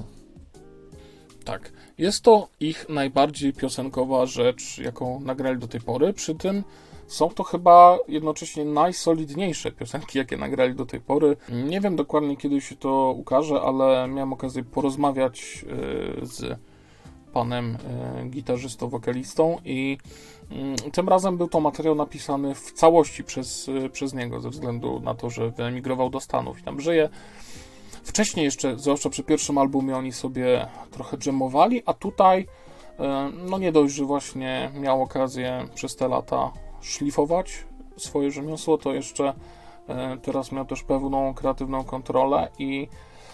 Tak, jest to ich najbardziej piosenkowa rzecz, jaką nagrali do tej pory, przy tym są to chyba jednocześnie najsolidniejsze piosenki, jakie nagrali do tej pory. Nie wiem dokładnie, kiedy się to ukaże, ale miałem okazję porozmawiać z panem gitarzystą, wokalistą i tym razem był to materiał napisany w całości przez niego, ze względu na to, że wyemigrował do Stanów i tam żyje. Wcześniej jeszcze, zwłaszcza przy pierwszym albumie, oni sobie trochę dżemowali, a tutaj no nie dość, że właśnie miał okazję przez te lata szlifować swoje rzemiosło, to jeszcze teraz miał też pewną kreatywną kontrolę i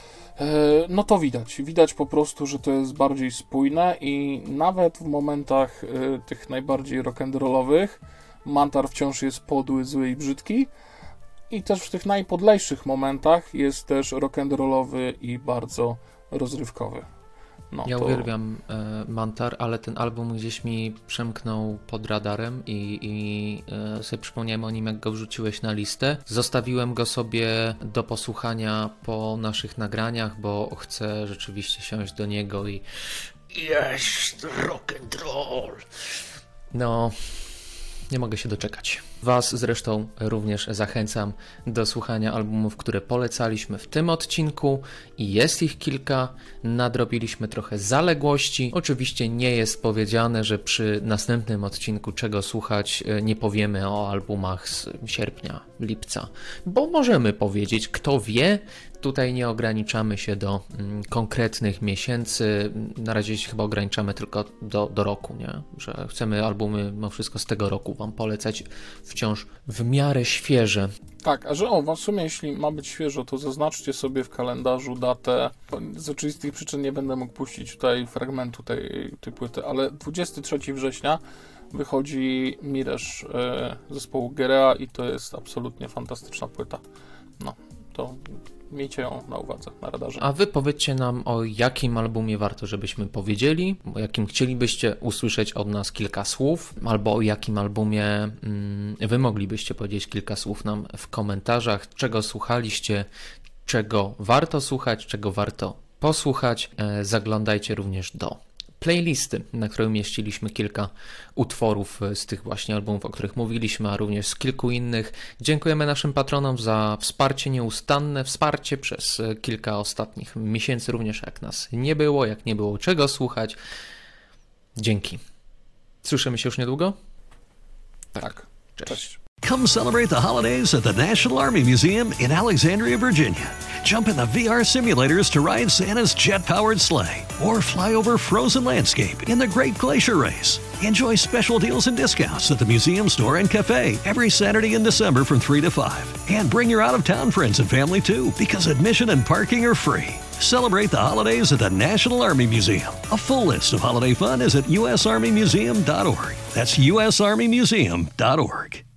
no to widać po prostu, że to jest bardziej spójne i nawet w momentach tych najbardziej rock'n'rollowych Mantar wciąż jest podły, zły i brzydki i też w tych najpodlejszych momentach jest też rock'n'rollowy i bardzo rozrywkowy. No, ja to... uwielbiam Mantar, ale ten album gdzieś mi przemknął pod radarem i sobie przypomniałem o nim, jak go wrzuciłeś na listę. Zostawiłem go sobie do posłuchania po naszych nagraniach, bo chcę rzeczywiście siąść do niego i jest rock'n'roll. No, nie mogę się doczekać. Was zresztą również zachęcam do słuchania albumów, które polecaliśmy w tym odcinku i jest ich kilka. Nadrobiliśmy trochę zaległości. Oczywiście nie jest powiedziane, że przy następnym odcinku czego słuchać nie powiemy o albumach z sierpnia, lipca, bo możemy powiedzieć, kto wie. Tutaj nie ograniczamy się do konkretnych miesięcy. Na razie się chyba ograniczamy tylko do roku, nie? Że chcemy albumy, wszystko z tego roku wam polecać wciąż w miarę świeże. Tak, a że w sumie jeśli ma być świeżo, to zaznaczcie sobie w kalendarzu datę. Z oczywistych przyczyn nie będę mógł puścić tutaj fragmentu tej płyty, ale 23 września wychodzi Miresz zespołu Gerea i to jest absolutnie fantastyczna płyta. No, to miejcie ją na uwadze, na radarze. A wy powiedzcie nam, o jakim albumie warto, żebyśmy powiedzieli, o jakim chcielibyście usłyszeć od nas kilka słów, albo o jakim albumie wy moglibyście powiedzieć kilka słów nam w komentarzach, czego słuchaliście, czego warto słuchać, czego warto posłuchać. Zaglądajcie również do playlisty, na której umieściliśmy kilka utworów z tych właśnie albumów, o których mówiliśmy, a również z kilku innych. Dziękujemy naszym patronom za wsparcie nieustanne, wsparcie przez kilka ostatnich miesięcy, również jak nas nie było, jak nie było czego słuchać. Dzięki. Słyszymy się już niedługo? Tak. Cześć. Come celebrate the holidays at the National Army Museum in Alexandria, Virginia. Jump in the VR simulators to ride Santa's jet-powered sleigh or fly over frozen landscape in the Great Glacier Race. Enjoy special deals and discounts at the museum store and cafe every Saturday in December from 3 to 5. And bring your out-of-town friends and family too, because admission and parking are free. Celebrate the holidays at the National Army Museum. A full list of holiday fun is at usarmymuseum.org. That's usarmymuseum.org.